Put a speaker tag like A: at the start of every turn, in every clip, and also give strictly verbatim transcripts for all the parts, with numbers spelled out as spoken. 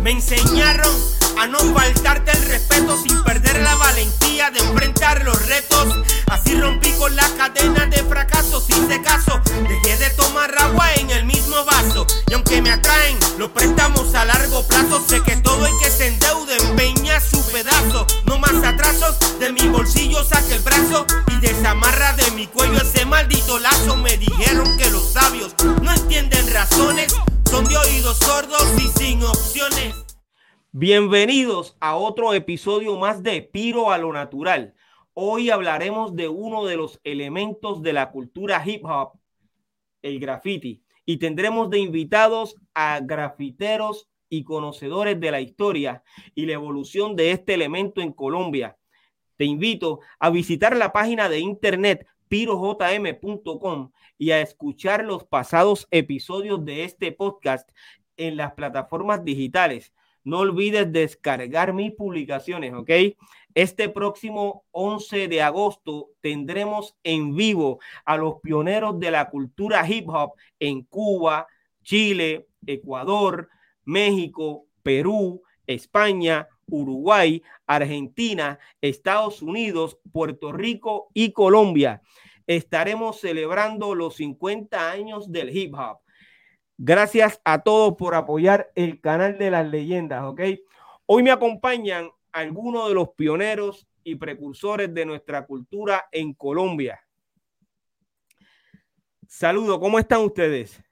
A: Me enseñaron a no faltarte el respeto sin perder la valentía de enfrentar los retos. Así rompí con la cadena de fracasos, hice caso, dejé de tomar agua en el mismo vaso. Y aunque me atraen los préstamos a largo plazo, sé que todo el que se endeude empeña su pedazo. No más atrasos, de mi bolsillo saque el brazo y desamarra de mi cuello ese maldito lazo. Me dijeron que los sabios no entienden razones, son de oídos sordos y sin opciones. Bienvenidos a otro episodio más de Piro a lo Natural. Hoy hablaremos de uno de los elementos de la cultura hip hop, el graffiti, y tendremos de invitados a grafiteros y conocedores de la historia y la evolución de este elemento en Colombia. Te invito a visitar la página de internet piro j m punto com y a escuchar los pasados episodios de este podcast en las plataformas digitales. No olvides descargar mis publicaciones, ¿ok? Este próximo once de agosto tendremos en vivo a los pioneros de la cultura hip hop en Cuba, Chile, Ecuador, México, Perú, España, Uruguay, Argentina, Estados Unidos, Puerto Rico y Colombia. Estaremos celebrando los cincuenta años del hip hop. Gracias a todos por apoyar el canal de las leyendas, ¿ok? Hoy me acompañan algunos de los pioneros y precursores de nuestra cultura en Colombia. Saludos, ¿cómo están ustedes?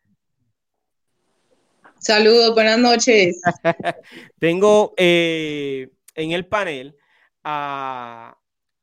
B: Saludos, buenas noches.
A: Tengo eh, en el panel a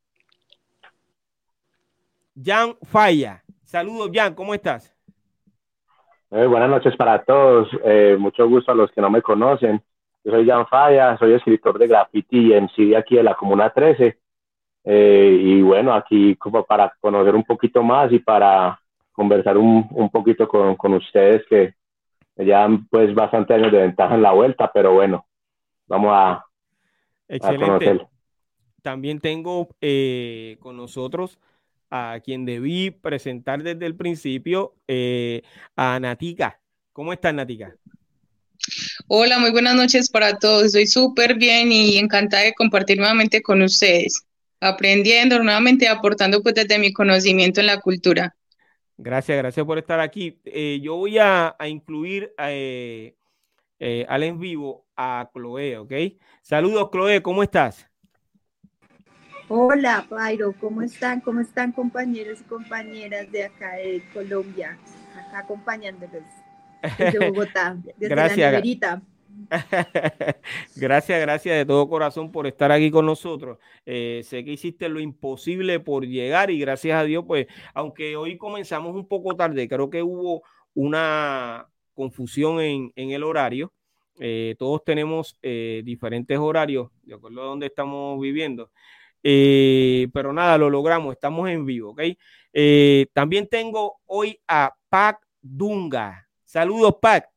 A: Jan Falla. Saludos, Jan, ¿cómo estás?
C: Eh, buenas noches para todos, eh, mucho gusto a los que no me conocen. Yo soy Jan Falla, soy escritor de graffiti y M C de aquí de la Comuna trece. Eh, y bueno, aquí como para conocer un poquito más y para conversar un, un poquito con, con ustedes que llevan pues bastante años de ventaja en la vuelta, pero bueno, vamos a, a conocer.
A: También tengo eh, con nosotros a quien debí presentar desde el principio, eh, a Natica. ¿Cómo estás, Natica?
B: Hola, muy buenas noches para todos. Estoy súper bien y encantada de compartir nuevamente con ustedes, aprendiendo, nuevamente aportando pues desde mi conocimiento en la cultura.
A: Gracias, gracias por estar aquí. Eh, yo voy a, a incluir eh, eh, al en vivo a Chloe, ¿ok? Saludos, Chloe, ¿cómo estás?
D: Hola, Pairo, ¿cómo están? ¿Cómo están, compañeros y compañeras de acá de Colombia? Acá acompañándolos desde Bogotá, desde
A: gracias.
D: la neverita.
A: Gracias, gracias de todo corazón por estar aquí con nosotros. Eh, sé que hiciste lo imposible por llegar y gracias a Dios, pues, aunque hoy comenzamos un poco tarde, creo que hubo una confusión en, en el horario. Eh, todos tenemos eh, diferentes horarios, de acuerdo a dónde estamos viviendo. Eh, pero nada, lo logramos, estamos en vivo, ¿ok? Eh, también tengo hoy a Pac Dunga. Saludos, Pac.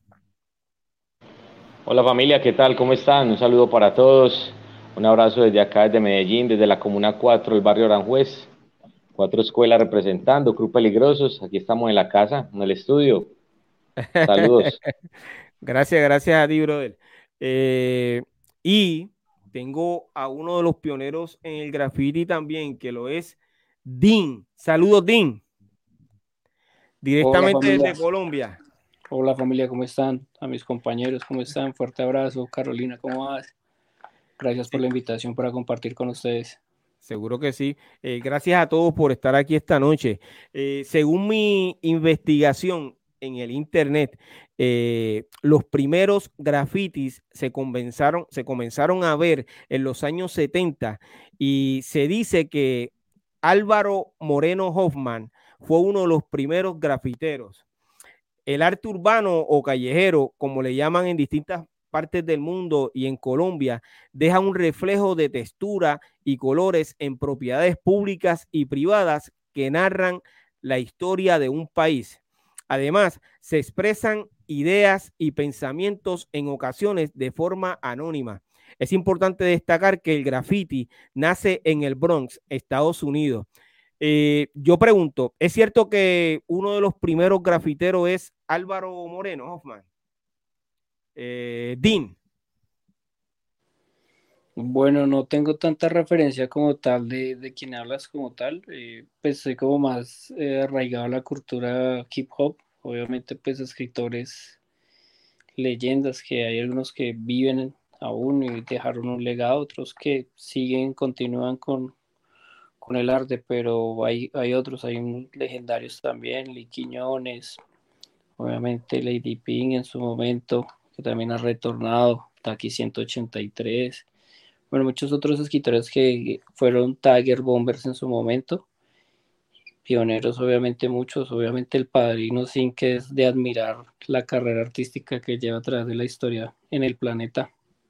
E: Hola familia, ¿qué tal? ¿Cómo están? Un saludo para todos, un abrazo desde acá, desde Medellín, desde la Comuna cuatro, el barrio Aranjuez, cuatro escuelas representando, Club Peligrosos, aquí estamos en la casa, en el estudio. Saludos.
A: Gracias, gracias a ti, brother. Eh, y tengo a uno de los pioneros en el graffiti también, que lo es Dean. Saludos, Dean. Directamente
F: Hola,
A: desde Colombia.
F: Hola familia, ¿cómo están? A mis compañeros, ¿cómo están? Fuerte abrazo. Carolina, ¿cómo vas? Gracias sí. por la invitación para compartir con ustedes.
A: Seguro que sí. Eh, gracias a todos por estar aquí esta noche. Eh, según mi investigación en el internet, eh, los primeros grafitis se comenzaron, se comenzaron a ver en los años setenta y se dice que Álvaro Moreno Hoffman fue uno de los primeros grafiteros. El arte urbano o callejero, como le llaman en distintas partes del mundo y en Colombia, deja un reflejo de textura y colores en propiedades públicas y privadas que narran la historia de un país. Además, se expresan ideas y pensamientos en ocasiones de forma anónima. Es importante destacar que el graffiti nace en el Bronx, Estados Unidos. Eh, yo pregunto, ¿es cierto que uno de los primeros grafiteros es Álvaro Moreno Hoffman? Eh, Dean.
F: Bueno, no tengo tanta referencia como tal de, de quién hablas como tal, eh, pues soy como más eh, arraigado a la cultura hip hop, obviamente pues escritores, leyendas, que hay algunos que viven aún y dejaron un legado, otros que siguen, continúan con, con el arte, pero hay, hay otros, hay unos legendarios también, Lee Quiñones, obviamente Lady Pink en su momento, que también ha retornado, Taki ciento ochenta y tres, bueno, muchos otros escritores que fueron Tiger Bombers en su momento, pioneros obviamente muchos, obviamente el Padrino Sin, que es de admirar la carrera artística que lleva a través de la historia en el planeta.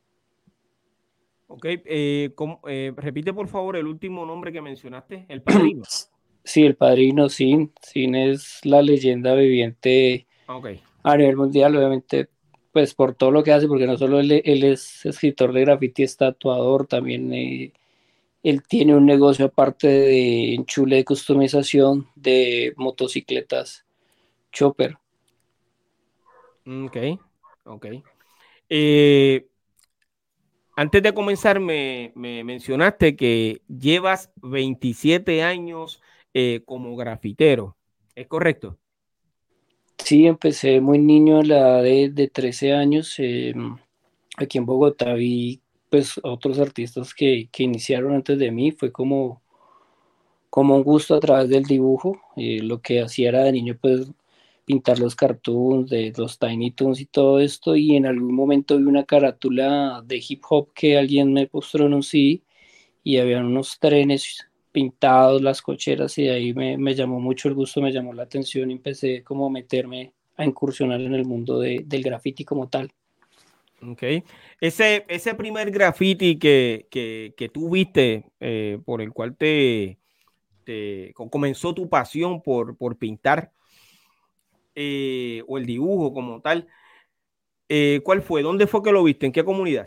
A: Ok, eh, ¿cómo- eh, repite por favor el último nombre que mencionaste, El Padrino.
F: Sí, el Padrino Sin, Sin es la leyenda viviente
A: Ok.
F: a nivel mundial, obviamente, pues por todo lo que hace, porque no solo él, él es escritor de graffiti, es tatuador, también eh, él tiene un negocio aparte de enchule de customización de motocicletas Chopper.
A: Ok, ok. Eh, antes de comenzar, me, me mencionaste que llevas veintisiete años eh, como grafitero. ¿Es correcto?
F: Sí, empecé muy niño a la edad de, de trece años. Eh, aquí en Bogotá vi pues a otros artistas que, que iniciaron antes de mí. Fue como, como un gusto a través del dibujo. Eh, lo que hacía era de niño pues pintar los cartoons, de los Tiny Toons y todo esto. Y en algún momento vi una carátula de hip hop que alguien me mostró en un C D y había unos trenes pintados, las cocheras, y de ahí me, me llamó mucho el gusto, me llamó la atención y empecé como a meterme a incursionar en el mundo de, del graffiti como tal.
A: Ok. Ese, ese primer graffiti que, que, que tú viste, eh, por el cual te, te comenzó tu pasión por, por pintar, eh, o el dibujo como tal, eh, ¿cuál fue? ¿Dónde fue que lo viste? ¿En qué comunidad?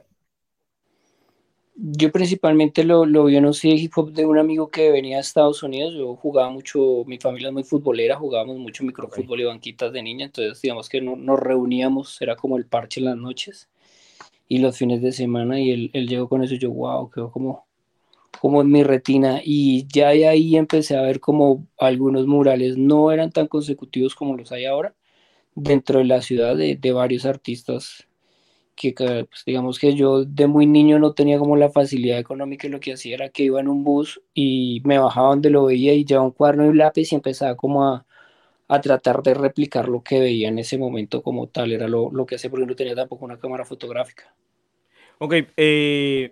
F: Yo principalmente lo, lo vi en un C D hip hop de un amigo que venía a Estados Unidos. Yo jugaba mucho, mi familia es muy futbolera, jugábamos mucho
A: Okay.
F: microfútbol y banquitas de niña, entonces digamos que no, nos reuníamos, era como el parche en las noches y los fines de semana, y él, él llegó con eso y yo, wow, quedó como, como en mi retina, y ya de ahí empecé a ver como algunos murales no eran tan consecutivos como los hay ahora dentro de la ciudad de, de varios artistas que pues, digamos que yo de muy niño no tenía como la facilidad económica, y lo que hacía era que iba en un bus y me bajaba donde lo veía y llevaba un cuaderno y un lápiz y empezaba como a, a tratar de replicar lo que veía en ese momento como tal, era lo, lo que hacía porque no tenía tampoco una cámara fotográfica.
A: Ok, eh,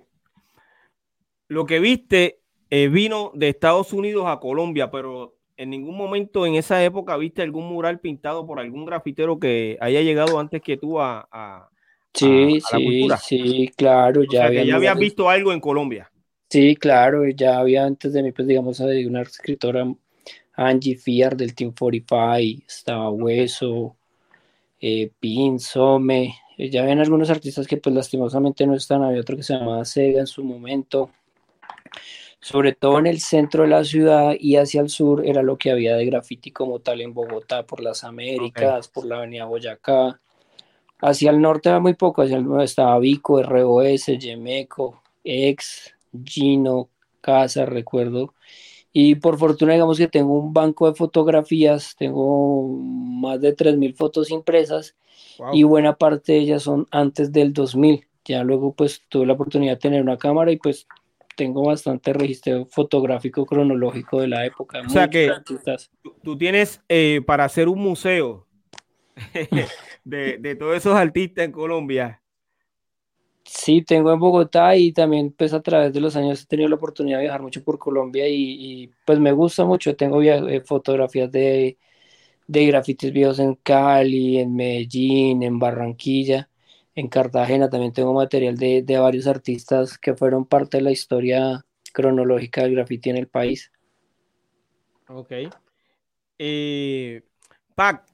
A: lo que viste eh, vino de Estados Unidos a Colombia, pero en ningún momento en esa época viste algún mural pintado por algún grafitero que haya llegado antes que tú a, a, a,
F: Sí,
A: a la
F: sí,
A: cultura.
F: sí, claro,
A: O
F: ya
A: sea, que
F: habían
A: ya habías
F: murales.
A: visto algo en Colombia.
F: Sí, claro, ya había antes de mí, pues digamos, hay una escritora, Angie Fiar del Team cuarenta y cinco, estaba Hueso, eh, Pin, Some, eh, ya habían algunos artistas que pues lastimosamente no están, había otro que se llamaba Sega en su momento, sobre todo en el centro de la ciudad y hacia el sur era lo que había de graffiti como tal en Bogotá, por las
A: Ok.
F: Américas, por la avenida Boyacá, hacia el norte era muy poco, hacia el norte estaba Vico, R O S, Yemeco, Ex, Gino, Casa, recuerdo. Y por fortuna, digamos que tengo un banco de fotografías, tengo más de tres mil fotos impresas y
A: Wow.
F: buena parte de ellas son antes del dos mil. Ya luego pues tuve la oportunidad de tener una cámara y pues tengo bastante registro fotográfico cronológico de la época,
A: O sea
F: muchos
A: que
F: artistas.
A: tú, tú tienes eh, para hacer un museo de, de todos esos artistas en Colombia.
F: Sí, tengo en Bogotá y también pues a través de los años he tenido la oportunidad de viajar mucho por Colombia y, y, pues me gusta mucho. Tengo via- eh, fotografías de, de grafitis viejos en Cali, en Medellín, en Barranquilla, en Cartagena. También tengo material de, de varios artistas que fueron parte de la historia cronológica del grafiti en el país.
A: Ok. Eh, Pac,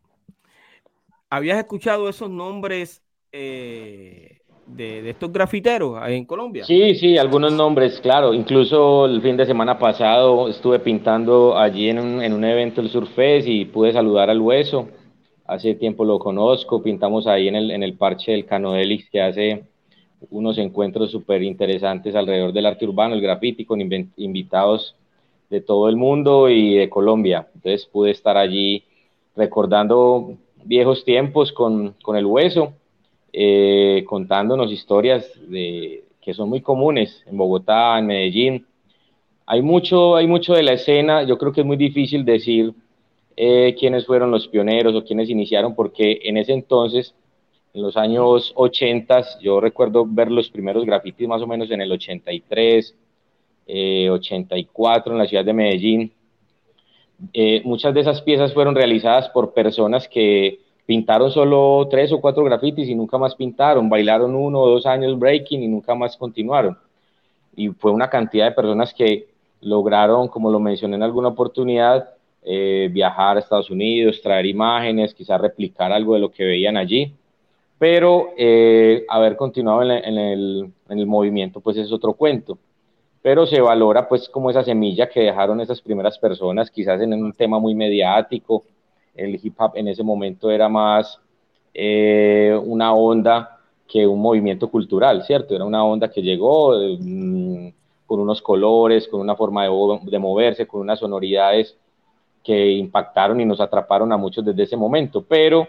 A: ¿habías escuchado esos nombres eh, de, de estos grafiteros ahí en Colombia?
E: Sí, sí, algunos nombres, claro. Incluso el fin de semana pasado estuve pintando allí en un, en un evento del Surfest y pude saludar al Hueso. Hace tiempo lo conozco, pintamos ahí en el, en el parche del Cano Delix que hace unos encuentros súper interesantes alrededor del arte urbano, el graffiti, con invitados de todo el mundo y de Colombia. Entonces pude estar allí recordando viejos tiempos con, con el Hueso, eh, contándonos historias de, que son muy comunes en Bogotá, en Medellín. Hay mucho, hay mucho de la escena. Yo creo que es muy difícil decir eh, quiénes fueron los pioneros o quiénes iniciaron, porque en ese entonces, en los años ochenta, yo recuerdo ver los primeros grafitis más o menos en el ochenta y tres, eh, ochenta y cuatro en la ciudad de Medellín. Eh, muchas de esas piezas fueron realizadas por personas que pintaron solo tres o cuatro grafitis y nunca más pintaron, bailaron uno o dos años breaking y nunca más continuaron. Y fue una cantidad de personas que lograron, como lo mencioné en alguna oportunidad, eh, viajar a Estados Unidos, traer imágenes, quizás replicar algo de lo que veían allí, pero eh, haber continuado en, la, en, el, en el movimiento, pues es otro cuento. Pero se valora pues como esa semilla que dejaron esas primeras personas, quizás en un tema muy mediático. El hip hop en ese momento era más eh, una onda que un movimiento cultural, ¿cierto? Era una onda que llegó eh, con unos colores, con una forma de, de moverse, con unas sonoridades que impactaron y nos atraparon a muchos desde ese momento, pero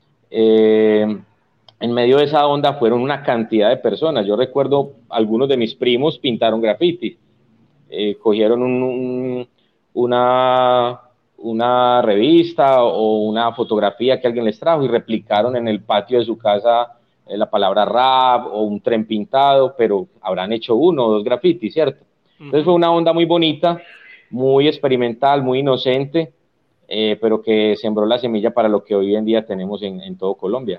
E: eh, en medio de esa onda fueron una cantidad de personas. Yo recuerdo algunos de mis primos pintaron graffiti, eh, cogieron un, un, una, una revista o una fotografía que alguien les trajo y replicaron en el patio de su casa eh, la palabra rap o un tren pintado, pero habrán hecho uno o dos grafitis, ¿cierto? Entonces fue una onda muy bonita, muy experimental, muy inocente, eh, pero que sembró la semilla para lo que hoy en día tenemos en, en todo Colombia.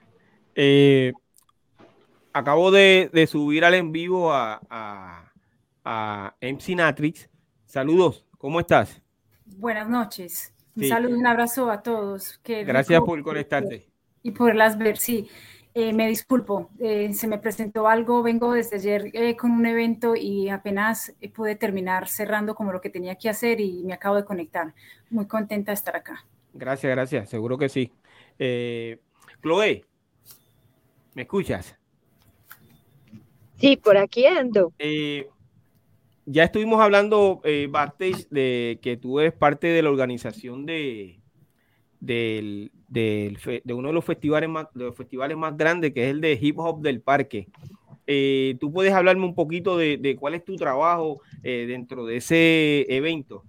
A: Eh, acabo de, de subir al en vivo a, a, a M C Natrix. Saludos, ¿cómo estás?
G: Buenas noches. Un
A: Sí.
G: saludo, un abrazo a todos. Qué
A: Gracias
G: rico
A: por conectarte.
G: Y poderlas ver, sí. Eh, me disculpo, eh, se me presentó algo, vengo desde ayer eh, con un evento y apenas pude terminar cerrando como lo que tenía que hacer y me acabo de conectar. Muy contenta de estar acá.
A: Gracias, gracias, seguro que sí. Eh, Chloe, ¿me escuchas?
D: Sí, por aquí ando.
A: Eh, ya estuvimos hablando eh, backstage de que tú eres parte de la organización de, del, del fe, de uno de los festivales más, de los festivales más grandes, que es el de Hip Hop del Parque. Eh, ¿Tú puedes hablarme un poquito de, de cuál es tu trabajo eh, dentro de ese evento?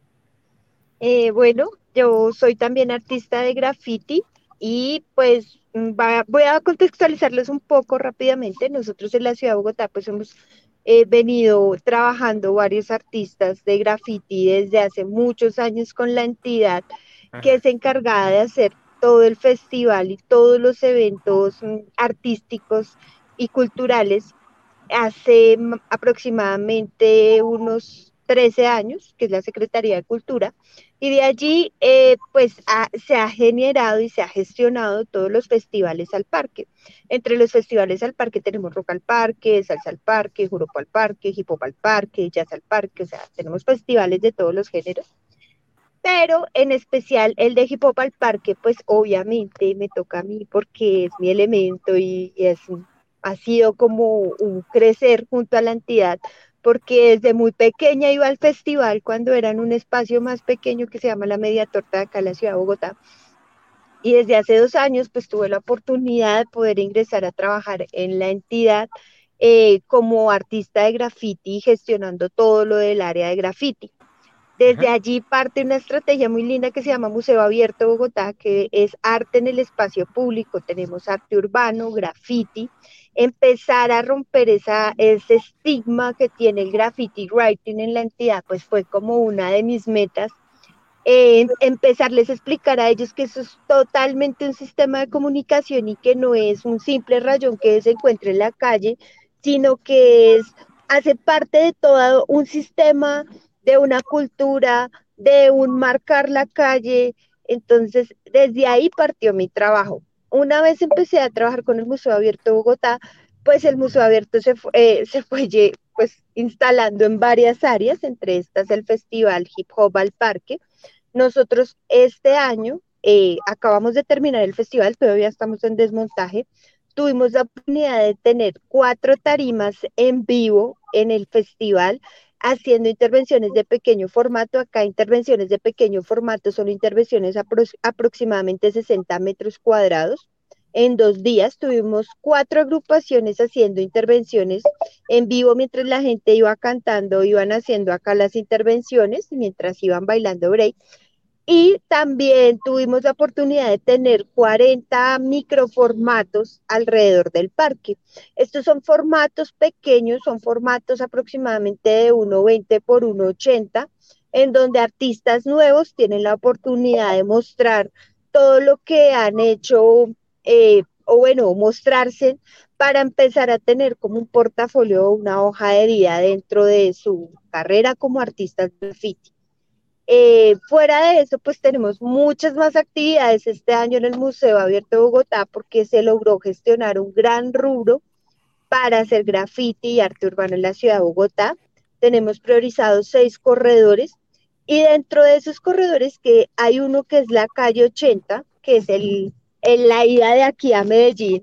D: Eh, bueno, yo soy también artista de graffiti y pues va, voy a contextualizarles un poco rápidamente. Nosotros en la ciudad de Bogotá pues hemos eh, venido trabajando varios artistas de graffiti desde hace muchos años con la entidad que es encargada de hacer todo el festival y todos los eventos mm, artísticos y culturales hace mm, aproximadamente unos trece años, que es la Secretaría de Cultura, y de allí eh, pues ha, se ha generado y se ha gestionado todos los festivales al parque. Entre los festivales al parque tenemos rock al parque, salsa al parque, joropo al parque, hip hop al parque, jazz al parque, o sea, tenemos festivales de todos los géneros. Pero en especial el de hip hop al parque, pues obviamente me toca a mí porque es mi elemento y, y es, ha sido como un crecer junto a la entidad, porque desde muy pequeña iba al festival cuando era en un espacio más pequeño que se llama La Media Torta de acá en la ciudad de Bogotá. Y desde hace dos años pues tuve la oportunidad de poder ingresar a trabajar en la entidad eh, como artista de graffiti, gestionando todo lo del área de graffiti. Desde allí parte una estrategia muy linda que se llama Museo Abierto Bogotá, que es arte en el espacio público. Tenemos arte urbano, graffiti, empezar a romper esa, ese estigma que tiene el graffiti writing en la entidad, pues fue como una de mis metas. Eh, empezarles a explicar a ellos que eso es totalmente un sistema de comunicación y que no es un simple rayón que se encuentre en la calle, sino que es, hace parte de todo un sistema, de una cultura, de un marcar la calle. Entonces, desde ahí partió mi trabajo. Una vez empecé a trabajar con el Museo Abierto de Bogotá, pues el Museo Abierto se fue, eh, se fue pues, instalando en varias áreas, entre estas el Festival Hip Hop al Parque. Nosotros este año eh, acabamos de terminar el festival, todavía estamos en desmontaje, tuvimos la oportunidad de tener cuatro tarimas en vivo en el festival, haciendo intervenciones de pequeño formato. Acá intervenciones de pequeño formato son intervenciones apro aproximadamente sesenta metros cuadrados. En dos días tuvimos cuatro agrupaciones haciendo intervenciones en vivo mientras la gente iba cantando, iban haciendo acá las intervenciones, mientras iban bailando break. Y también tuvimos la oportunidad de tener cuarenta microformatos alrededor del parque. Estos son formatos pequeños, son formatos aproximadamente de uno veinte por uno ochenta, en donde artistas nuevos tienen la oportunidad de mostrar todo lo que han hecho, eh, o bueno, mostrarse para empezar a tener como un portafolio o una hoja de vida dentro de su carrera como artista de graffiti. Eh, fuera de eso, pues tenemos muchas más actividades este año en el Museo Abierto de Bogotá, porque se logró gestionar un gran rubro para hacer graffiti y arte urbano en la ciudad de Bogotá. Tenemos priorizados seis corredores, y dentro de esos corredores que hay uno que es la calle ochenta, que es el, el la ida de aquí a Medellín,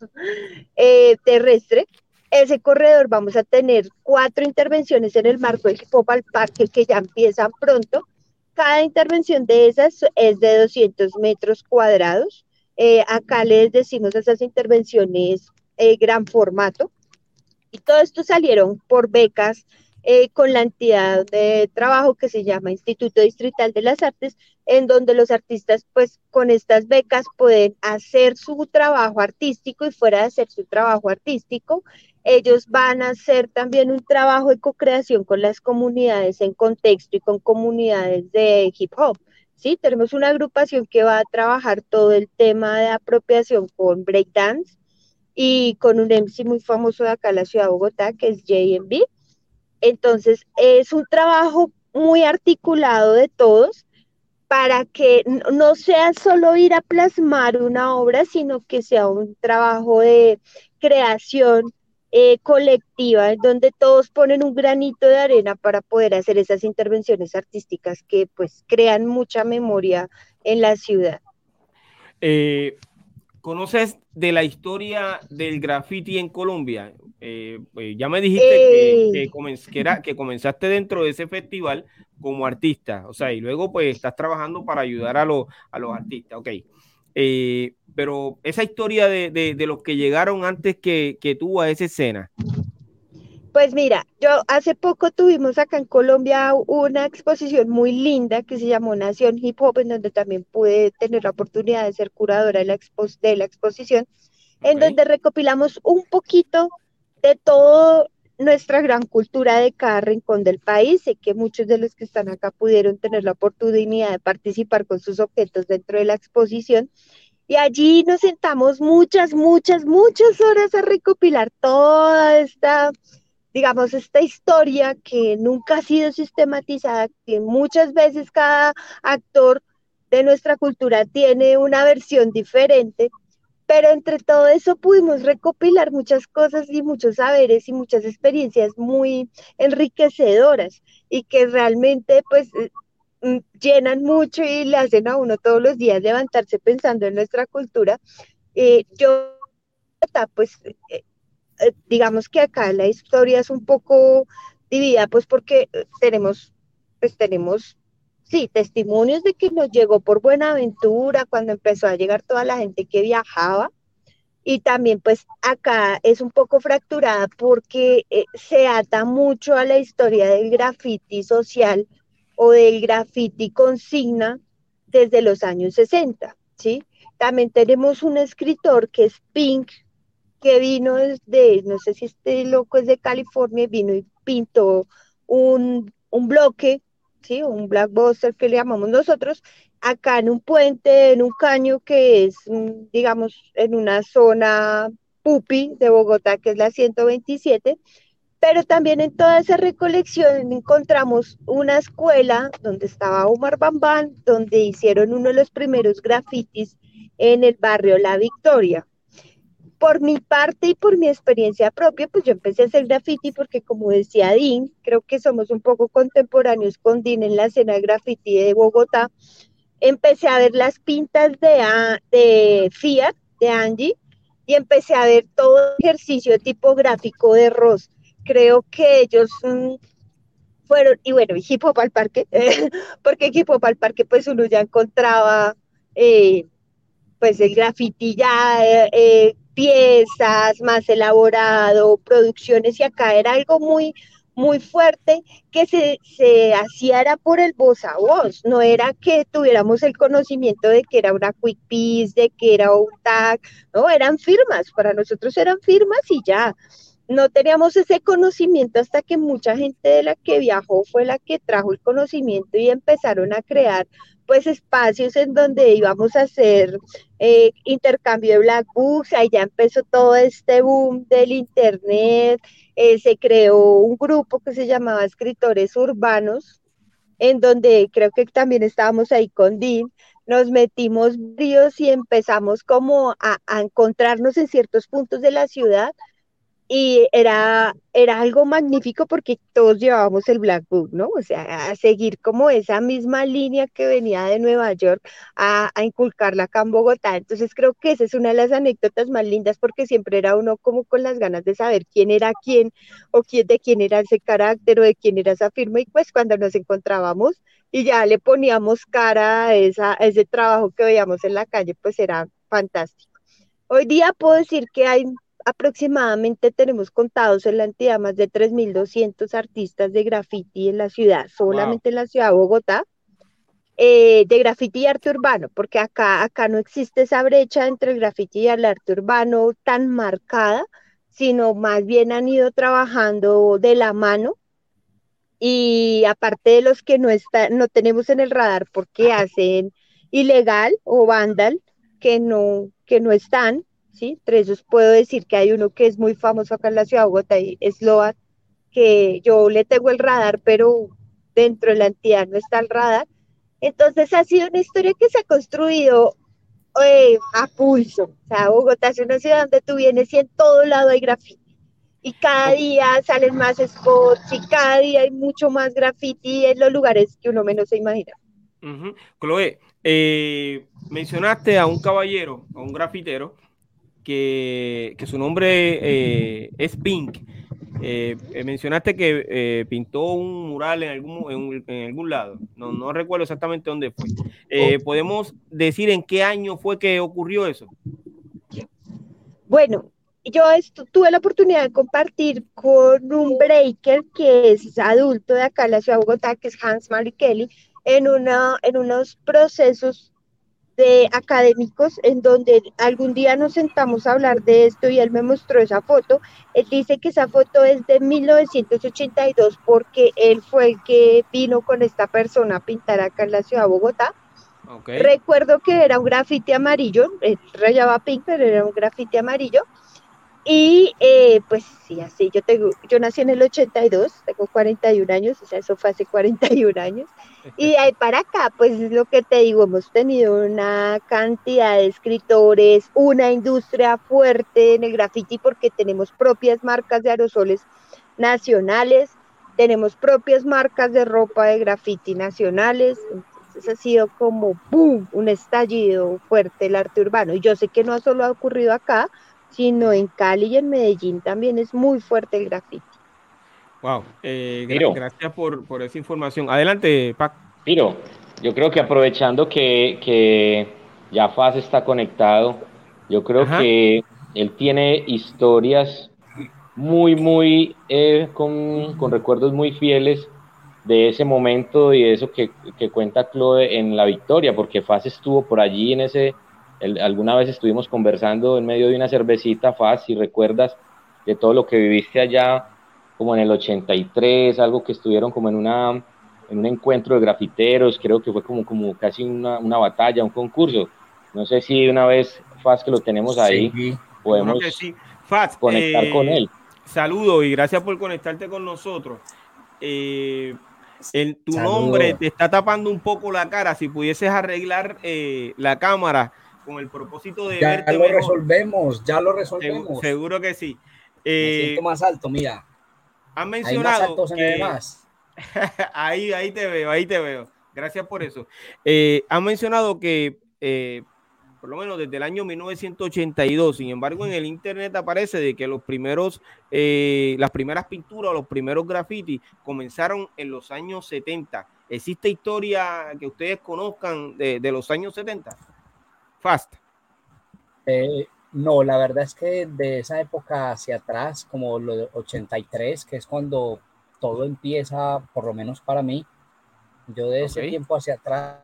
D: eh, terrestre. Ese corredor vamos a tener cuatro intervenciones en el marco del Hip Hop al Parque, que ya empiezan pronto. Cada intervención de esas es de doscientos metros cuadrados. Eh, acá les decimos a esas intervenciones eh, gran formato. Y todo esto salieron por becas eh, con la entidad de trabajo que se llama Instituto Distrital de las Artes, en donde los artistas pues con estas becas pueden hacer su trabajo artístico, y fuera de hacer su trabajo artístico, ellos van a hacer también un trabajo de co-creación con las comunidades en contexto y con comunidades de hip hop. Sí, tenemos una agrupación que va a trabajar todo el tema de apropiación con breakdance y con un M C muy famoso de acá en la ciudad de Bogotá, que es J M B. Entonces, es un trabajo muy articulado de todos para que no sea solo ir a plasmar una obra, sino que sea un trabajo de creación eh, colectiva, en donde todos ponen un granito de arena para poder hacer esas intervenciones artísticas que pues crean mucha memoria en la ciudad.
A: Eh, ¿Conoces de la historia del graffiti en Colombia? Eh, pues ya me dijiste eh, que, que, comenz, que, era, que comenzaste dentro de ese festival como artista, o sea, y luego pues estás trabajando para ayudar a, lo, a los artistas, ok. Eh, pero esa historia de, de, de los que llegaron antes que, que tú a esa escena.
D: Pues mira, yo hace poco tuvimos acá en Colombia una exposición muy linda que se llamó Nación Hip Hop, en donde también pude tener la oportunidad de ser curadora de la, expo de la exposición, okay, en donde recopilamos un poquito de toda nuestra gran cultura de cada rincón del país. Sé que muchos de los que están acá pudieron tener la oportunidad de participar con sus objetos dentro de la exposición. Y allí nos sentamos muchas, muchas, muchas horas a recopilar toda esta, digamos, esta historia que nunca ha sido sistematizada, que muchas veces cada actor de nuestra cultura tiene una versión diferente, pero entre todo eso pudimos recopilar muchas cosas y muchos saberes y muchas experiencias muy enriquecedoras, y que realmente pues llenan mucho y le hacen a uno todos los días levantarse pensando en nuestra cultura. Eh, yo, pues, eh, digamos que acá la historia es un poco dividida, pues porque tenemos, pues tenemos, sí, testimonios de que nos llegó por Buenaventura, cuando empezó a llegar toda la gente que viajaba, y también pues acá es un poco fracturada porque eh, se ata mucho a la historia del graffiti social o del graffiti consigna desde los años sesenta, ¿sí? También tenemos un escritor que es Pink, que vino desde, no sé si este loco es de California, vino y pintó un, un bloque, ¿sí? Un blockbuster que le llamamos nosotros, acá en un puente, en un caño que es, digamos, en una zona pupi de Bogotá, que es la ciento veintisiete, pero también en toda esa recolección encontramos una escuela donde estaba Omar Bambán, donde hicieron uno de los primeros grafitis en el barrio La Victoria. Por mi parte y por mi experiencia propia, pues yo empecé a hacer graffiti porque, como decía Dean, creo que somos un poco contemporáneos con Dean en la escena de graffiti de Bogotá. Empecé a ver las pintas de, de Fiat, de Angie, y empecé a ver todo el ejercicio tipográfico de Ross. Creo que ellos mmm, fueron, y bueno, Hip Hop al Parque, eh, porque Hip Hop al Parque pues uno ya encontraba eh, pues el graffiti ya, eh, eh, piezas más elaborado, producciones, y acá era algo muy, muy fuerte que se, se hacía era por el voz a voz, no era que tuviéramos el conocimiento de que era una quick piece, de que era un tag, no, eran firmas, para nosotros eran firmas y ya. No teníamos ese conocimiento hasta que mucha gente de la que viajó fue la que trajo el conocimiento y empezaron a crear pues espacios en donde íbamos a hacer eh, intercambio de Black Books. Ahí ya empezó todo este boom del internet, eh, se creó un grupo que se llamaba Escritores Urbanos, en donde creo que también estábamos ahí con Dean, nos metimos varios y empezamos como a, a encontrarnos en ciertos puntos de la ciudad, y era, era algo magnífico porque todos llevábamos el Black Book, ¿no? O sea, a seguir como esa misma línea que venía de Nueva York a, a inculcarla acá en Bogotá. Entonces creo que esa es una de las anécdotas más lindas porque siempre era uno como con las ganas de saber quién era quién o quién, de quién era ese carácter o de quién era esa firma, y pues cuando nos encontrábamos y ya le poníamos cara a, esa, a ese trabajo que veíamos en la calle, pues era fantástico. Hoy día puedo decir que hay aproximadamente, tenemos contados en la entidad más de tres mil doscientos artistas de graffiti en la ciudad, solamente wow. En la ciudad de Bogotá, eh, de graffiti y arte urbano, porque acá, acá no existe esa brecha entre el graffiti y el arte urbano tan marcada, sino más bien han ido trabajando de la mano, y aparte de los que no, está, no tenemos en el radar porque hacen ilegal o vandal, que no, que no están, ¿sí? Entre esos puedo decir que hay uno que es muy famoso acá en la ciudad de Bogotá, y es Loat, que yo le tengo el radar, pero dentro de la entidad no está el radar. Entonces ha sido una historia que se ha construido eh, a pulso. O sea, Bogotá es una ciudad donde tú vienes y en todo lado hay graffiti. Y cada día salen más spots y cada día hay mucho más graffiti en los lugares que uno menos se imagina.
A: Uh-huh. Chloe, eh, mencionaste a un caballero, a un grafitero, que, que su nombre eh, es Pink. Eh, eh, mencionaste que eh, pintó un mural en algún, en, en algún lado. No, no recuerdo exactamente dónde fue. Eh, ¿Podemos decir en qué año fue que ocurrió eso?
D: Bueno, yo tuve la oportunidad de compartir con un breaker que es adulto de acá en la ciudad de Bogotá, que es Hans Marikeli, en, una, en unos procesos de académicos en donde algún día nos sentamos a hablar de esto y él me mostró esa foto. Él dice que esa foto es de mil novecientos ochenta y dos porque él fue el que vino con esta persona a pintar acá en la ciudad de Bogotá. Okay. Recuerdo que era un grafiti amarillo, rayaba pink, pero era un grafiti amarillo. Y eh, pues sí, así, yo, tengo, yo nací en el ochenta y dos, tengo cuarenta y un años, o sea, eso fue hace cuarenta y un años. Y de ahí para acá, pues es lo que te digo, hemos tenido una cantidad de escritores, una industria fuerte en el graffiti porque tenemos propias marcas de aerosoles nacionales, tenemos propias marcas de ropa de graffiti nacionales. Entonces ha sido como ¡boom!, un estallido fuerte el arte urbano. Y yo sé que no solo ha ocurrido acá, sino en Cali y en Medellín también es muy fuerte el graffiti.
A: Wow, eh, gra gracias por, por esa información. Adelante, Pac.
E: Piro, yo creo que aprovechando que, que ya Faz está conectado, yo creo Ajá. que él tiene historias muy, muy, eh, con, con recuerdos muy fieles de ese momento y de eso que, que cuenta Chloe en La Victoria, porque Faz estuvo por allí en ese... El, alguna vez estuvimos conversando en medio de una cervecita, Faz, si recuerdas de todo lo que viviste allá, como en el ochenta y tres, algo que estuvieron como en, una, en un encuentro de grafiteros, creo que fue como, como casi una, una batalla, un concurso. No sé si una vez, Faz, que lo tenemos ahí, sí, podemos
A: sí. Faz,
E: conectar eh, con él.
A: Saludo y gracias por conectarte con nosotros. Eh, el, tu Saludo. Nombre te está tapando un poco la cara, si pudieses arreglar eh, la cámara con el propósito de
H: ya
A: verte
H: lo mejor. resolvemos, ya lo resolvemos.
A: Seguro, seguro que sí.
H: Eh, Me siento más alto, mira.
A: Han mencionado
H: ahí más alto se
A: que...
H: me ve más.
A: ahí, ahí te veo, ahí te veo. Gracias por eso. Eh, han mencionado que eh, por lo menos desde el año mil novecientos ochenta y dos. Sin embargo, en el internet aparece de que los primeros, eh, las primeras pinturas o los primeros grafitis comenzaron en los años setenta. ¿Existe historia que ustedes conozcan de, de los años setenta? Fast.
H: Eh, no, la verdad es que de esa época hacia atrás, como lo de ochenta y tres, que es cuando todo empieza, por lo menos para mí, yo de ese
A: Okay.
H: tiempo hacia atrás,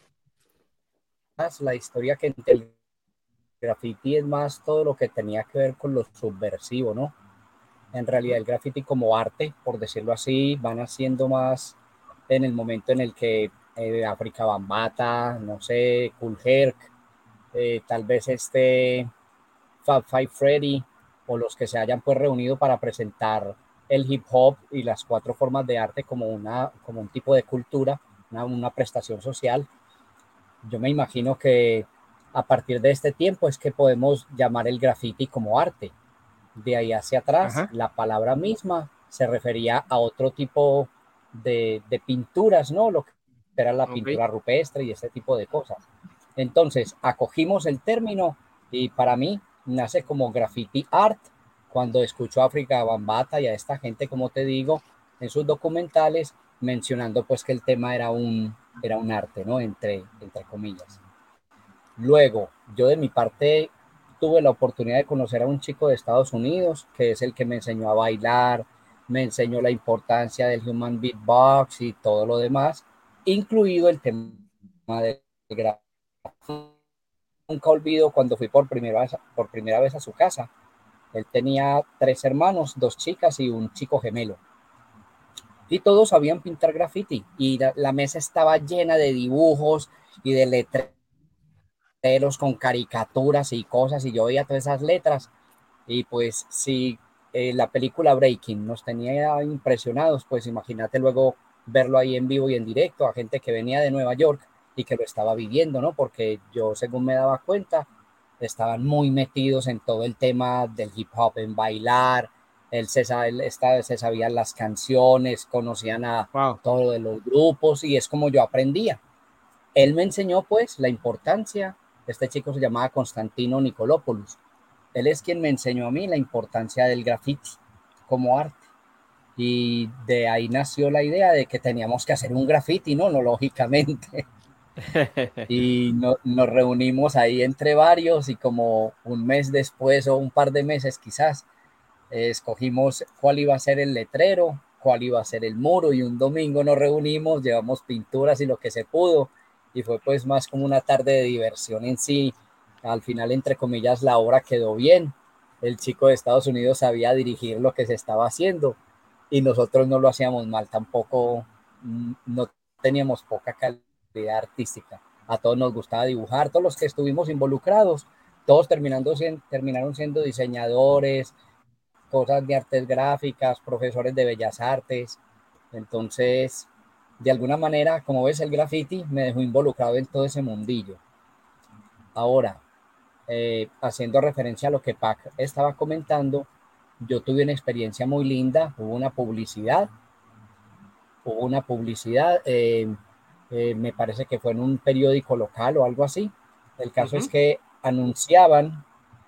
H: la historia que el graffiti es más todo lo que tenía que ver con lo subversivo, ¿no? En realidad el graffiti como arte, por decirlo así, van haciendo más en el momento en el que eh, África Bambaataa, no sé, Kool Herc, eh, tal vez este Fab Five Freddy o los que se hayan pues reunido para presentar el hip hop y las cuatro formas de arte como, una, como un tipo de cultura, una, una prestación social. Yo me imagino que a partir de este tiempo es que podemos llamar el graffiti como arte. De ahí hacia atrás,
A: Ajá.
H: la palabra misma se refería a otro tipo de, de pinturas, ¿no? Lo que era la
A: Okay.
H: pintura rupestre y ese tipo de cosas. Entonces, acogimos el término y para mí nace como graffiti art. Cuando escucho a África Bambaataa y a esta gente, como te digo, en sus documentales, mencionando pues que el tema era un, era un arte, ¿no? Entre, entre comillas. Luego, yo de mi parte tuve la oportunidad de conocer a un chico de Estados Unidos, que es el que me enseñó a bailar, me enseñó la importancia del human beatbox y todo lo demás, incluido el tema del grafiti. Nunca olvido cuando fui por primera vez, por primera vez a su casa. Él tenía tres hermanos, dos chicas y un chico gemelo. Y todos sabían pintar graffiti. Y la, la mesa estaba llena de dibujos y de letreros con caricaturas y cosas. Y yo veía todas esas letras. Y pues si eh, la película Breaking nos tenía impresionados, pues imagínate luego verlo ahí en vivo y en directo a gente que venía de Nueva York y que lo estaba viviendo, ¿no? Porque yo, según me daba cuenta, estaban muy metidos en todo el tema del hip hop, en bailar, él se, él estaba, se sabían las canciones, conocían a
A: Wow.
H: todos de los grupos y es como yo aprendía. Él me enseñó pues la importancia, este chico se llamaba Constantino Nicolopoulos, él es quien me enseñó a mí la importancia del graffiti como arte. Y de ahí nació la idea de que teníamos que hacer un graffiti, ¿no? No, lógicamente. Y no, nos reunimos ahí entre varios y como un mes después o un par de meses quizás, eh, escogimos cuál iba a ser el letrero, cuál iba a ser el muro y un domingo nos reunimos, llevamos pinturas y lo que se pudo y fue pues más como una tarde de diversión en sí. Al final, entre comillas, la obra quedó bien. El chico de Estados Unidos sabía dirigir lo que se estaba haciendo y nosotros no lo hacíamos mal tampoco, no teníamos poca calidad artística. A todos nos gustaba dibujar, todos los que estuvimos involucrados, todos terminando, terminaron siendo diseñadores, cosas de artes gráficas, profesores de bellas artes. Entonces, de alguna manera, como ves, el graffiti me dejó involucrado en todo ese mundillo. Ahora, eh, haciendo referencia a lo que Pac estaba comentando, yo tuve una experiencia muy linda, hubo una publicidad, hubo una publicidad, eh, eh, me parece que fue en un periódico local o algo así. El caso uh-huh. es que anunciaban,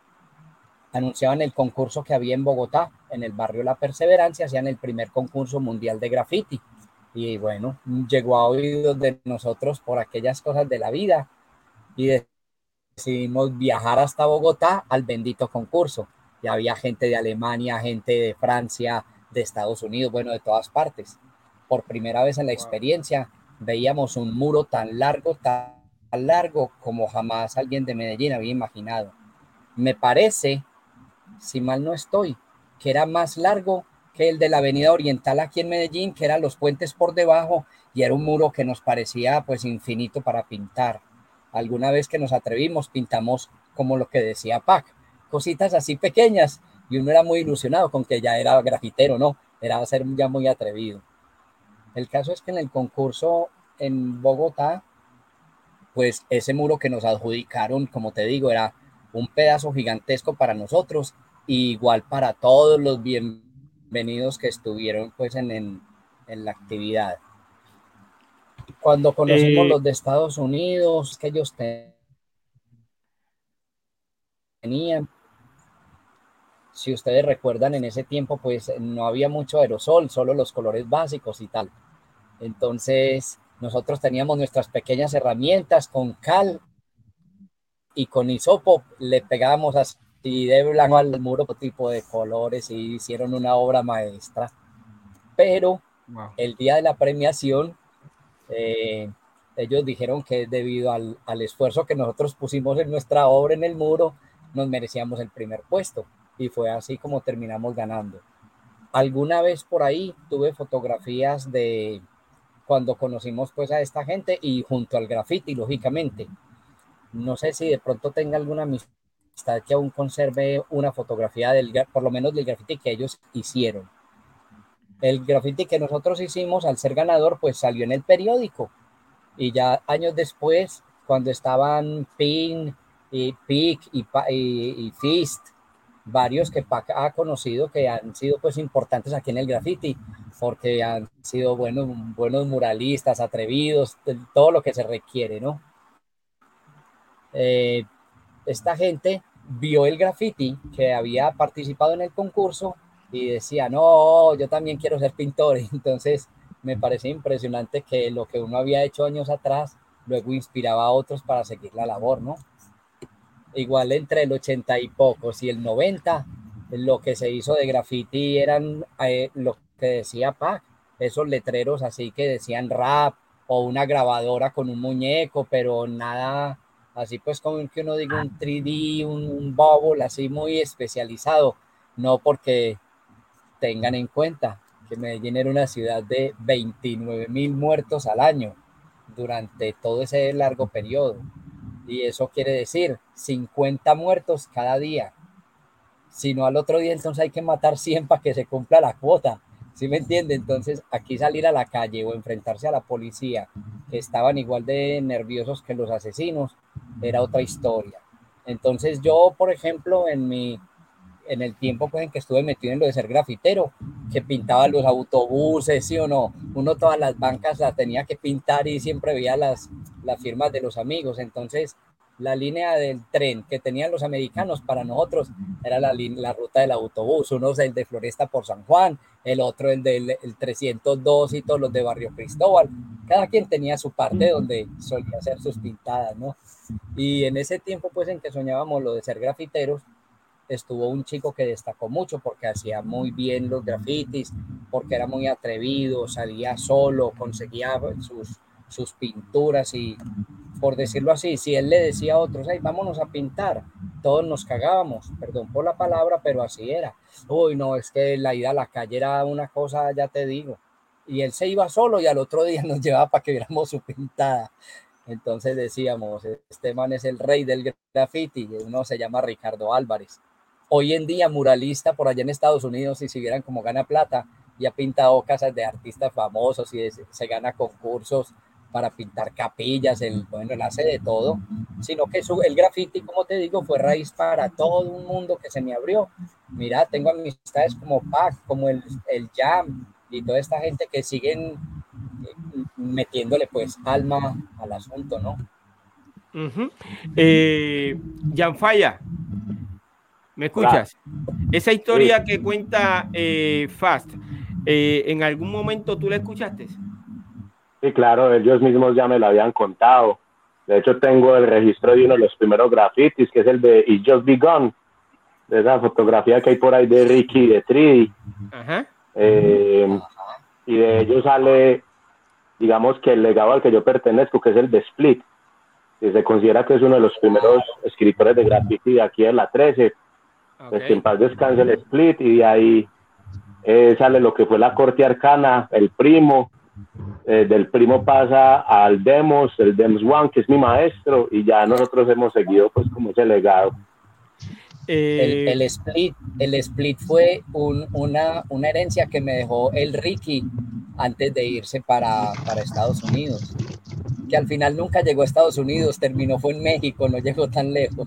H: anunciaban el concurso que había en Bogotá, en el barrio La Perseverancia, hacían el primer concurso mundial de graffiti. Y bueno, llegó a oídos de nosotros por aquellas cosas de la vida y decidimos viajar hasta Bogotá al bendito concurso. Y había gente de Alemania, gente de Francia, de Estados Unidos, bueno, de todas partes. Por primera vez en la experiencia veíamos un muro tan largo, tan largo como jamás alguien de Medellín había imaginado. Me parece, si mal no estoy, que era más largo que el de la Avenida Oriental aquí en Medellín, que eran los puentes por debajo, y era un muro que nos parecía pues infinito para pintar. Alguna vez que nos atrevimos, pintamos como lo que decía Pac, cositas así pequeñas, y uno era muy ilusionado con que ya era grafitero, ¿no? Era ser ya muy atrevido. El caso es que en el concurso en Bogotá, pues ese muro que nos adjudicaron, como te digo, era un pedazo gigantesco para nosotros, y igual para todos los bienvenidos que estuvieron pues en, en, en la actividad. Cuando conocimos eh, los de Estados Unidos, que ellos tenían. Si ustedes recuerdan, en ese tiempo pues no había mucho aerosol, solo los colores básicos y tal. Entonces nosotros teníamos nuestras pequeñas herramientas con cal y con hisopo, le pegábamos así de blanco al muro tipo de colores y hicieron una obra maestra. Pero wow. El día de la premiación, eh, ellos dijeron que debido al, al esfuerzo que nosotros pusimos en nuestra obra en el muro, nos merecíamos el primer puesto. Y fue así como terminamos ganando. Alguna vez por ahí tuve fotografías de cuando conocimos pues a esta gente y junto al graffiti, lógicamente. No sé si de pronto tenga alguna amistad que aún conserve una fotografía del, por lo menos del graffiti que ellos hicieron. El graffiti que nosotros hicimos al ser ganador pues salió en el periódico y ya años después cuando estaban Pin y Pic y, y, y Fist, varios que Pac ha conocido que han sido pues importantes aquí en el graffiti porque han sido buenos, buenos muralistas, atrevidos, todo lo que se requiere, ¿no? Eh, esta gente vio el graffiti que había participado en el concurso y decía, no, yo también quiero ser pintor. Entonces me parece impresionante que lo que uno había hecho años atrás luego inspiraba a otros para seguir la labor, ¿no? Igual entre el ochenta y pocos y el noventa, lo que se hizo de graffiti eran eh, lo que decía Pac, esos letreros así que decían rap o una grabadora con un muñeco, pero nada así pues como que uno diga un tres D, un, un bubble así muy especializado, no porque tengan en cuenta que Medellín era una ciudad de veintinueve mil muertos al año durante todo ese largo periodo. Y eso quiere decir cincuenta muertos cada día. Si no al otro día, entonces hay que matar cien para que se cumpla la cuota. ¿Sí me entiende? Entonces aquí salir a la calle o enfrentarse a la policía, que estaban igual de nerviosos que los asesinos, era otra historia. Entonces yo, por ejemplo, en mi en el tiempo pues, en que estuve metido en lo de ser grafitero, que pintaba los autobuses, sí o no, uno todas las bancas las tenía que pintar y siempre veía las, las firmas de los amigos. Entonces la línea del tren que tenían los americanos para nosotros era la, la ruta del autobús, uno es el de Floresta por San Juan, el otro el del el trescientos dos y todos los de Barrio Cristóbal, cada quien tenía su parte donde solía hacer sus pintadas, ¿no? Y en ese tiempo pues en que soñábamos lo de ser grafiteros, estuvo un chico que destacó mucho porque hacía muy bien los grafitis, porque era muy atrevido, salía solo, conseguía sus, sus pinturas y, por decirlo así, si él le decía a otros, hey, vámonos a pintar, todos nos cagábamos, perdón por la palabra, pero así era. Uy, no, es que la ida a la calle era una cosa, ya te digo, y él se iba solo y al otro día nos llevaba para que viéramos su pintada. Entonces decíamos, este man es el rey del graffiti, uno se llama Ricardo Álvarez. Hoy en día muralista por allá en Estados Unidos y si vieran cómo gana plata y ha pintado casas de artistas famosos y es, se gana concursos para pintar capillas, el, bueno, él hace de todo, sino que su, el graffiti, como te digo, fue raíz para todo un mundo que se me abrió. Mira, tengo amistades como Pac, como el, el Jam y toda esta gente que siguen metiéndole pues alma al asunto, ¿no?
A: Uh-huh. eh, Janfaya, ¿me escuchas? Hola. Esa historia sí. que cuenta eh, Fast, eh, ¿en algún momento tú la escuchaste?
C: Sí, claro, ellos mismos ya me lo habían contado. De hecho, tengo el registro de uno de los primeros grafitis, que es el de It's Just Begun, de esa fotografía que hay por ahí de Ricky de tres D. Ajá. Eh, y de ellos sale, digamos que el legado al que yo pertenezco, que es el de Split, que se considera que es uno de los primeros escritores de graffiti de aquí de la trece. Okay. Pues que en paz descanse el Split, y de ahí eh, sale lo que fue la Corte Arcana, el primo, eh, del primo pasa al Demos, el Demos One, que es mi maestro, y ya nosotros hemos seguido pues como ese legado.
H: Eh... El, el, split, el split fue un, una, una herencia que me dejó el Ricky antes de irse para, para Estados Unidos, que al final nunca llegó a Estados Unidos, terminó fue en México, no llegó tan lejos.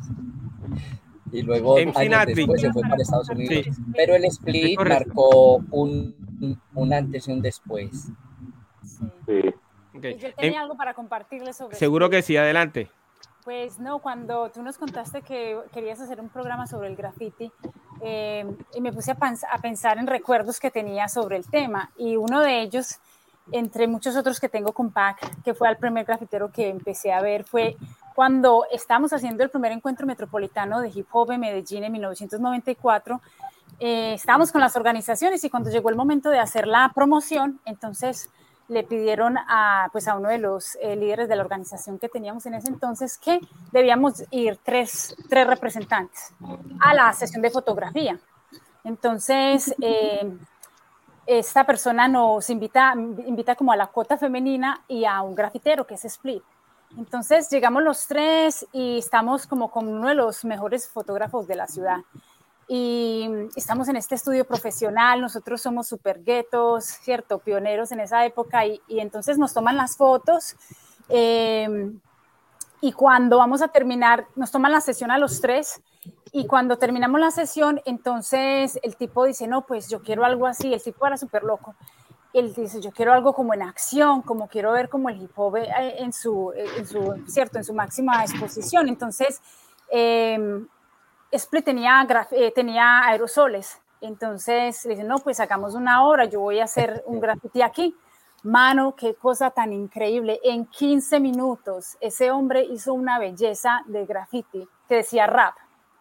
H: Y luego
A: en
H: años después se fue para Estados Unidos. Sí. Pero el split marcó un, un antes y un después.
G: Sí. Sí. Okay. Y yo tenía en... algo para compartirles sobre
A: Seguro split. Que sí, adelante.
G: Pues no, cuando tú nos contaste que querías hacer un programa sobre el graffiti, eh, y me puse a, a pensar en recuerdos que tenía sobre el tema, y uno de ellos, entre muchos otros que tengo con Pac, que fue el primer grafitero que empecé a ver, fue cuando estábamos haciendo el primer encuentro metropolitano de hip hop en Medellín en mil novecientos noventa y cuatro. Eh, estábamos con las organizaciones y cuando llegó el momento de hacer la promoción, entonces le pidieron a, pues a uno de los eh, líderes de la organización que teníamos en ese entonces que debíamos ir tres, tres representantes a la sesión de fotografía. Entonces, eh, esta persona nos invita, invita como a la cuota femenina y a un grafitero que es Split. Entonces llegamos los tres y estamos como con uno de los mejores fotógrafos de la ciudad. Y estamos en este estudio profesional, nosotros somos super guetos, ¿cierto? Pioneros en esa época y, y entonces nos toman las fotos eh, y cuando vamos a terminar, nos toman la sesión a los tres y cuando terminamos la sesión, entonces el tipo dice, no, pues yo quiero algo así, el tipo era súper loco. Él dice, yo quiero algo como en acción, como quiero ver como el hip hop en su, en su, ¿cierto? En su máxima exposición. Entonces, eh, Split tenía, eh, tenía aerosoles, entonces le dicen, no, pues hagamos una hora, yo voy a hacer un graffiti aquí. Mano, qué cosa tan increíble, en quince minutos ese hombre hizo una belleza de graffiti que decía rap.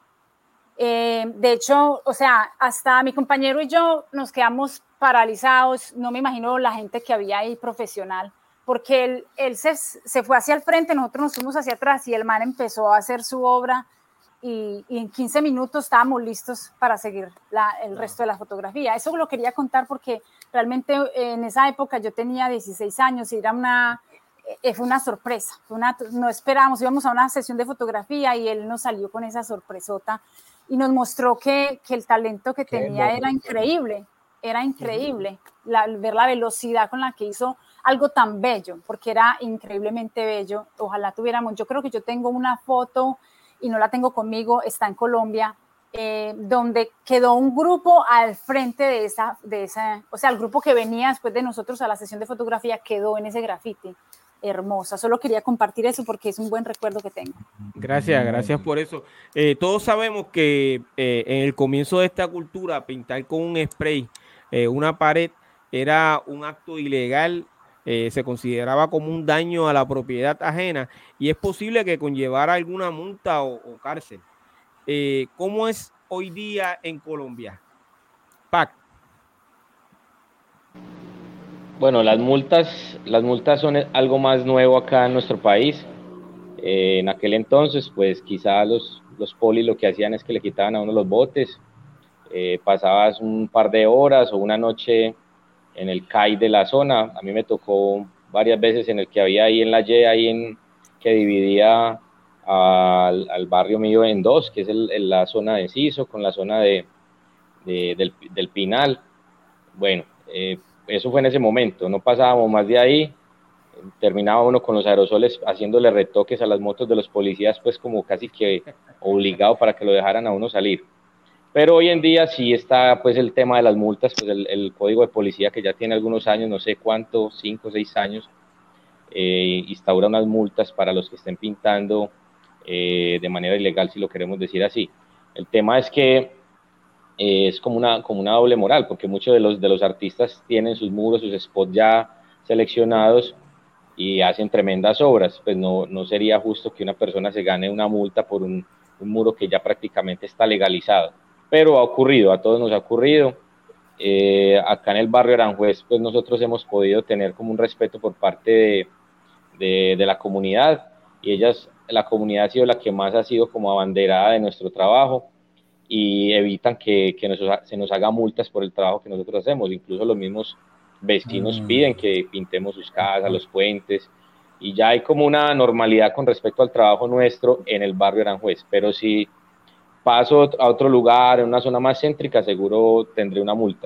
G: Eh, de hecho, o sea, hasta mi compañero y yo nos quedamos paralizados, no me imagino la gente que había ahí profesional, porque él, él se, se fue hacia el frente, nosotros nos fuimos hacia atrás y el man empezó a hacer su obra. Y, y en quince minutos estábamos listos para seguir la, el resto de la fotografía. Eso lo quería contar porque realmente en esa época yo tenía dieciséis años y era una, eh, fue una sorpresa. Fue una, no esperábamos, íbamos a una sesión de fotografía y él nos salió con esa sorpresota y nos mostró que, que el talento que Qué tenía bonito. Era increíble, era increíble la, ver la velocidad con la que hizo algo tan bello, porque era increíblemente bello. Ojalá tuviéramos, yo creo que yo tengo una foto y no la tengo conmigo, está en Colombia, eh, donde quedó un grupo al frente de esa, de esa, o sea, el grupo que venía después de nosotros a la sesión de fotografía quedó en ese graffiti. Hermosa, solo quería compartir eso porque es un buen recuerdo que tengo.
A: Gracias, gracias por eso. Eh, todos sabemos que eh, en el comienzo de esta cultura, pintar con un spray eh, una pared era un acto ilegal. Eh, se consideraba como un daño a la propiedad ajena y es posible que conllevara alguna multa o, o cárcel. Eh, ¿Cómo es hoy día en Colombia? Pac.
E: Bueno, las multas, las multas son algo más nuevo acá en nuestro país. Eh, en aquel entonces, pues quizá los, los polis lo que hacían es que le quitaban a uno los botes, eh, pasabas un par de horas o una noche en el C A I de la zona. A mí me tocó varias veces en el que había ahí en la Y, ahí en, que dividía al, al barrio mío en dos, que es el, el, la zona de Enciso con la zona de, de, del, del Pinal. Bueno, eh, eso fue en ese momento, no pasábamos más de ahí, terminaba uno con los aerosoles haciéndole retoques a las motos de los policías, pues como casi que obligado para que lo dejaran a uno salir. Pero hoy en día sí está pues el tema de las multas, pues el, el código de policía que ya tiene algunos años, no sé cuánto, cinco o seis años, eh, instaura unas multas para los que estén pintando eh, de manera ilegal, si lo queremos decir así. El tema es que eh, es como una, como una doble moral, porque muchos de los, de los artistas tienen sus muros, sus spots ya seleccionados y hacen tremendas obras. Pues no, no sería justo que una persona se gane una multa por un, un muro que ya prácticamente está legalizado. Pero ha ocurrido, a todos nos ha ocurrido. Eh, acá en el barrio Aranjuez, pues nosotros hemos podido tener como un respeto por parte de, de, de la comunidad, y ellas, la comunidad ha sido la que más ha sido como abanderada de nuestro trabajo, y evitan que, que nos, se nos haga multas por el trabajo que nosotros hacemos. Incluso los mismos vecinos mm. piden que pintemos sus casas, los puentes, y ya hay como una normalidad con respecto al trabajo nuestro en el barrio Aranjuez. Pero si paso a otro lugar, en una zona más céntrica, seguro tendré una multa.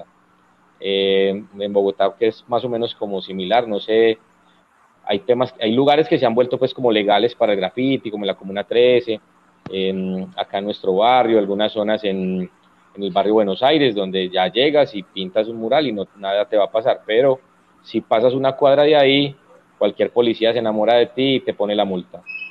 E: Eh, en Bogotá, que es más o menos como similar, no sé, hay temas, hay lugares que se han vuelto pues como legales para el graffiti, como en la Comuna trece, en, acá en nuestro barrio, algunas zonas en, en el barrio Buenos Aires, donde ya llegas y pintas un mural y no, nada te va a pasar. Pero si pasas una cuadra de ahí, cualquier policía se enamora de ti y te pone la multa.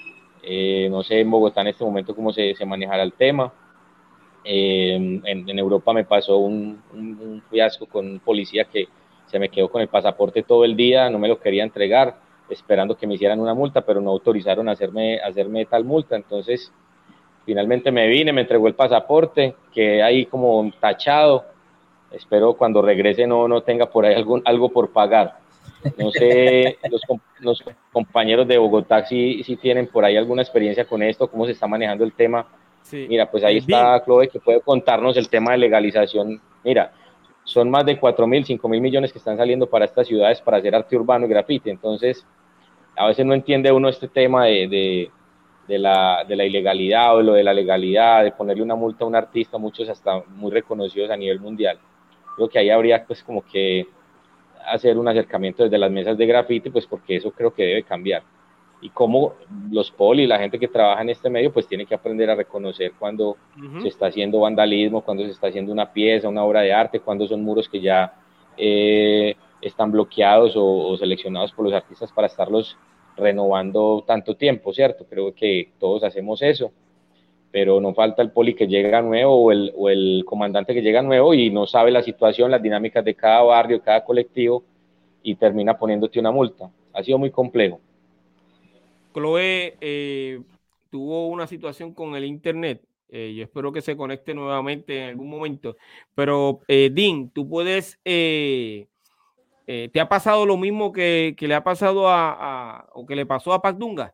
E: Eh, no sé en Bogotá en este momento cómo se, se manejará el tema. Eh, en, en Europa me pasó un, un, un fiasco con un policía que se me quedó con el pasaporte todo el día, no me lo quería entregar, esperando que me hicieran una multa, pero no autorizaron a hacerme, a hacerme tal multa. Entonces finalmente me vine, me entregó el pasaporte, quedé ahí como tachado. Espero cuando regrese no, no tenga por ahí algún, algo por pagar. No sé, los, los compañeros de Bogotá si, si tienen por ahí alguna experiencia con esto, cómo se está manejando el tema.
A: Sí.
E: Mira, pues ahí
A: Eh, bien.
E: está Chloe, que puede contarnos el tema de legalización. Mira, son más de cuatro mil, cinco mil millones que están saliendo para estas ciudades para hacer arte urbano y grafiti. Entonces, a veces no entiende uno este tema de, de, de, la, de la ilegalidad o de lo de la legalidad, de ponerle una multa a un artista, muchos hasta muy reconocidos a nivel mundial. Creo que ahí habría pues como que hacer un acercamiento desde las mesas de grafiti, pues porque eso creo que debe cambiar. Y cómo los polis, la gente que trabaja en este medio, pues tiene que aprender a reconocer cuando uh-huh. se está haciendo vandalismo, cuando se está haciendo una pieza, una obra de arte, cuando son muros que ya eh, están bloqueados o, o seleccionados por los artistas para estarlos renovando tanto tiempo, ¿cierto? Creo que todos hacemos eso, pero no falta el poli que llega nuevo o el, o el comandante que llega nuevo y no sabe la situación, las dinámicas de cada barrio, cada colectivo, y termina poniéndote una multa. Ha sido muy complejo.
A: Chloe eh, tuvo una situación con el internet. Eh, yo espero que se conecte nuevamente en algún momento. Pero, eh, Dean, tú puedes... Eh, eh, ¿te ha pasado lo mismo que, que le ha pasado a, a... o que le pasó a Pac Dunga?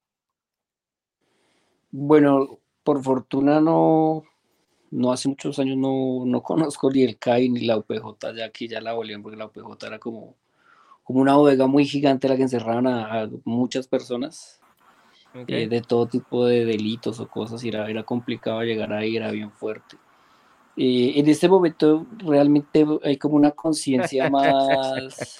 F: Bueno, por fortuna no... No hace muchos años no, no conozco ni el C A I ni la U P J, ya aquí ya la volvieron porque la U P J era como... como una bodega muy gigante la que encerraban a, a muchas personas okay. eh, de todo tipo de delitos o cosas, y era, era complicado llegar ahí, era bien fuerte. Eh, en este momento realmente hay como una conciencia más,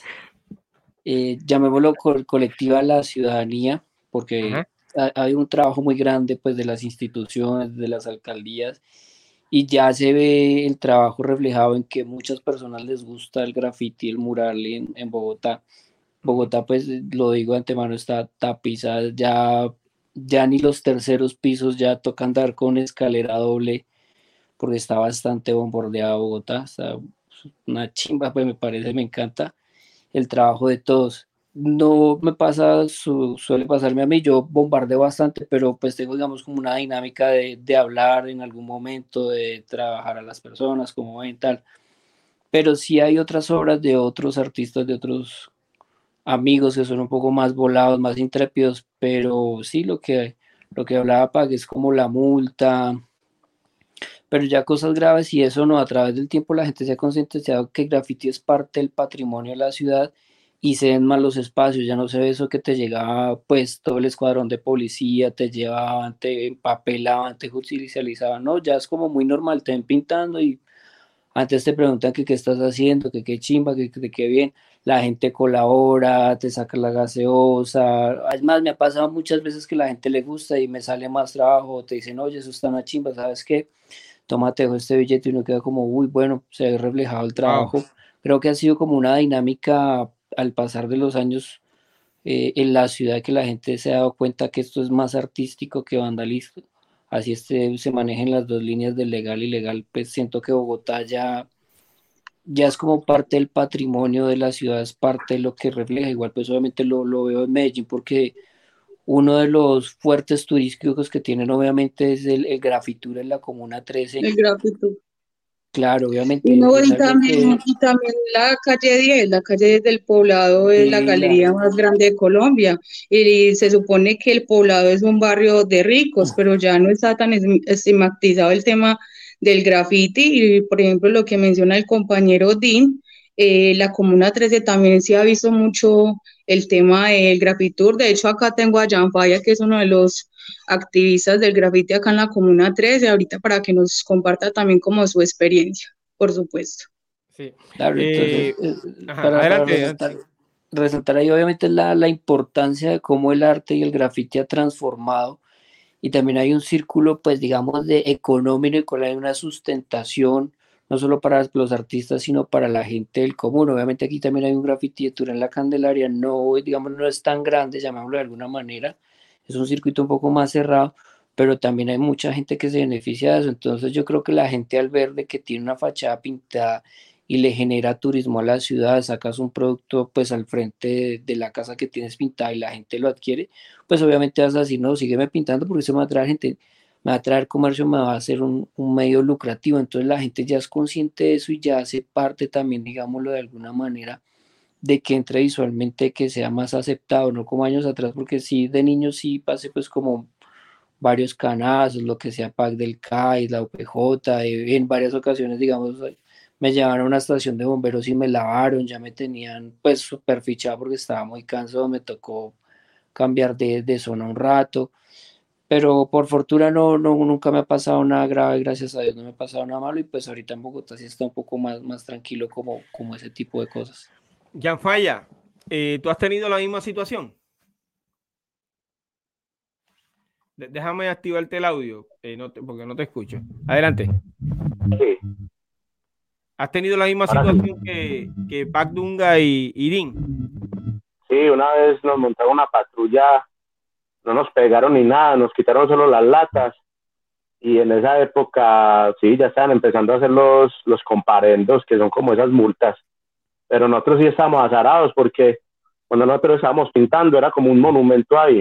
F: eh, llamémoslo co- colectiva a la ciudadanía, porque ha, hay un trabajo muy grande pues de las instituciones, de las alcaldías, y ya se ve el trabajo reflejado en que muchas personas les gusta el graffiti, el mural en, en Bogotá. Bogotá, pues lo digo de antemano, está tapizada, ya, ya ni los terceros pisos ya tocan dar con escalera doble, porque está bastante bombardeada Bogotá, está una chimba, pues me parece, me encanta el trabajo de todos. No me pasa, su, suele pasarme a mí, yo bombardeo bastante, pero pues tengo, digamos, como una dinámica de, de hablar en algún momento, de trabajar a las personas, como ven, tal. Pero sí hay otras obras de otros artistas, de otros amigos que son un poco más volados, más intrépidos, pero sí, lo que, lo que hablaba Pag es como la multa, pero ya cosas graves, y eso no, a través del tiempo la gente se ha concientizado que el graffiti es parte del patrimonio de la ciudad y se ven más los espacios, ya no se ve eso que te llegaba pues todo el escuadrón de policía, te llevaban, te empapelaban, te judicializaban, no, ya es como muy normal, te ven pintando y antes te preguntan que qué estás haciendo, que qué chimba, que, que qué bien, la gente colabora, te saca la gaseosa. Es más, me ha pasado muchas veces que la gente le gusta y me sale más trabajo, te dicen, oye, eso está una chimba, ¿sabes qué? Tómate este billete, y uno queda como, uy, bueno, se ve reflejado el trabajo. Wow. Creo que ha sido como una dinámica al pasar de los años eh, en la ciudad, que la gente se ha dado cuenta que esto es más artístico que vandalismo. Así este, se manejan las dos líneas de legal y ilegal, pues siento que Bogotá ya, ya es como parte del patrimonio de la ciudad, es parte de lo que refleja. Igual pues obviamente lo, lo veo en Medellín, porque uno de los fuertes turísticos que tienen obviamente es el, el grafitur en la Comuna trece.
B: El grafitur.
F: Claro, obviamente.
B: Y, no, y, también, que... y también la calle diez, la calle diez del Poblado es sí, la galería la... más grande de Colombia, y se supone que el Poblado es un barrio de ricos, pero ya no está tan estigmatizado el tema del graffiti. Y por ejemplo lo que menciona el compañero Dean, eh, la Comuna trece también se ha visto mucho el tema del grafitur. De hecho acá tengo a Jan Falla, que es uno de los activistas del grafiti acá en la Comuna trece, ahorita para que nos comparta también como su experiencia, por supuesto.
F: Sí. Claro, entonces, eh, eh, ajá, para, adelante, para resaltar, adelante. resaltar ahí obviamente la, la importancia de cómo el arte y el grafiti ha transformado, y también hay un círculo, pues digamos, de económico, y con hay una sustentación, no solo para los artistas, sino para la gente del común. Obviamente aquí también hay un grafiti de Tura en la Candelaria, no, digamos, no es tan grande, llamémoslo de alguna manera, es un circuito un poco más cerrado, pero también hay mucha gente que se beneficia de eso. Entonces yo creo que la gente al ver de que tiene una fachada pintada y le genera turismo a la ciudad, sacas un producto pues al frente de, de la casa que tienes pintada y la gente lo adquiere, pues obviamente vas a decir, no, sígueme pintando porque eso me va a traer gente, me va a traer comercio, me va a hacer un, un medio lucrativo. Entonces la gente ya es consciente de eso y ya hace parte también, digámoslo de alguna manera, de que entre visualmente, que sea más aceptado, no como años atrás, porque sí, de niño sí pasé pues como varios canazos, lo que sea Pac del C A I, la U P J, eh, en varias ocasiones, digamos, me llevaron a una estación de bomberos y me lavaron, ya me tenían pues súper fichado porque estaba muy cansado, me tocó cambiar de, de zona un rato, pero por fortuna no, no, nunca me ha pasado nada grave, gracias a Dios no me ha pasado nada malo, y pues ahorita en Bogotá sí está un poco más, más tranquilo como, como ese tipo de cosas.
A: Jan Falla, eh, ¿tú has tenido la misma situación? De- déjame activarte el audio, eh, no te, porque no te escucho. Adelante.
C: Sí.
A: ¿Has tenido la misma
C: Ahora
A: situación
C: sí.
A: que, que Pac Dunga y Irín?
C: Sí, una vez nos montaron una patrulla, no nos pegaron ni nada, nos quitaron solo las latas. Y en esa época, sí, ya estaban empezando a hacer los, los comparendos, que son como esas multas. Pero nosotros sí estábamos azarados porque cuando nosotros estábamos pintando era como un monumento ahí.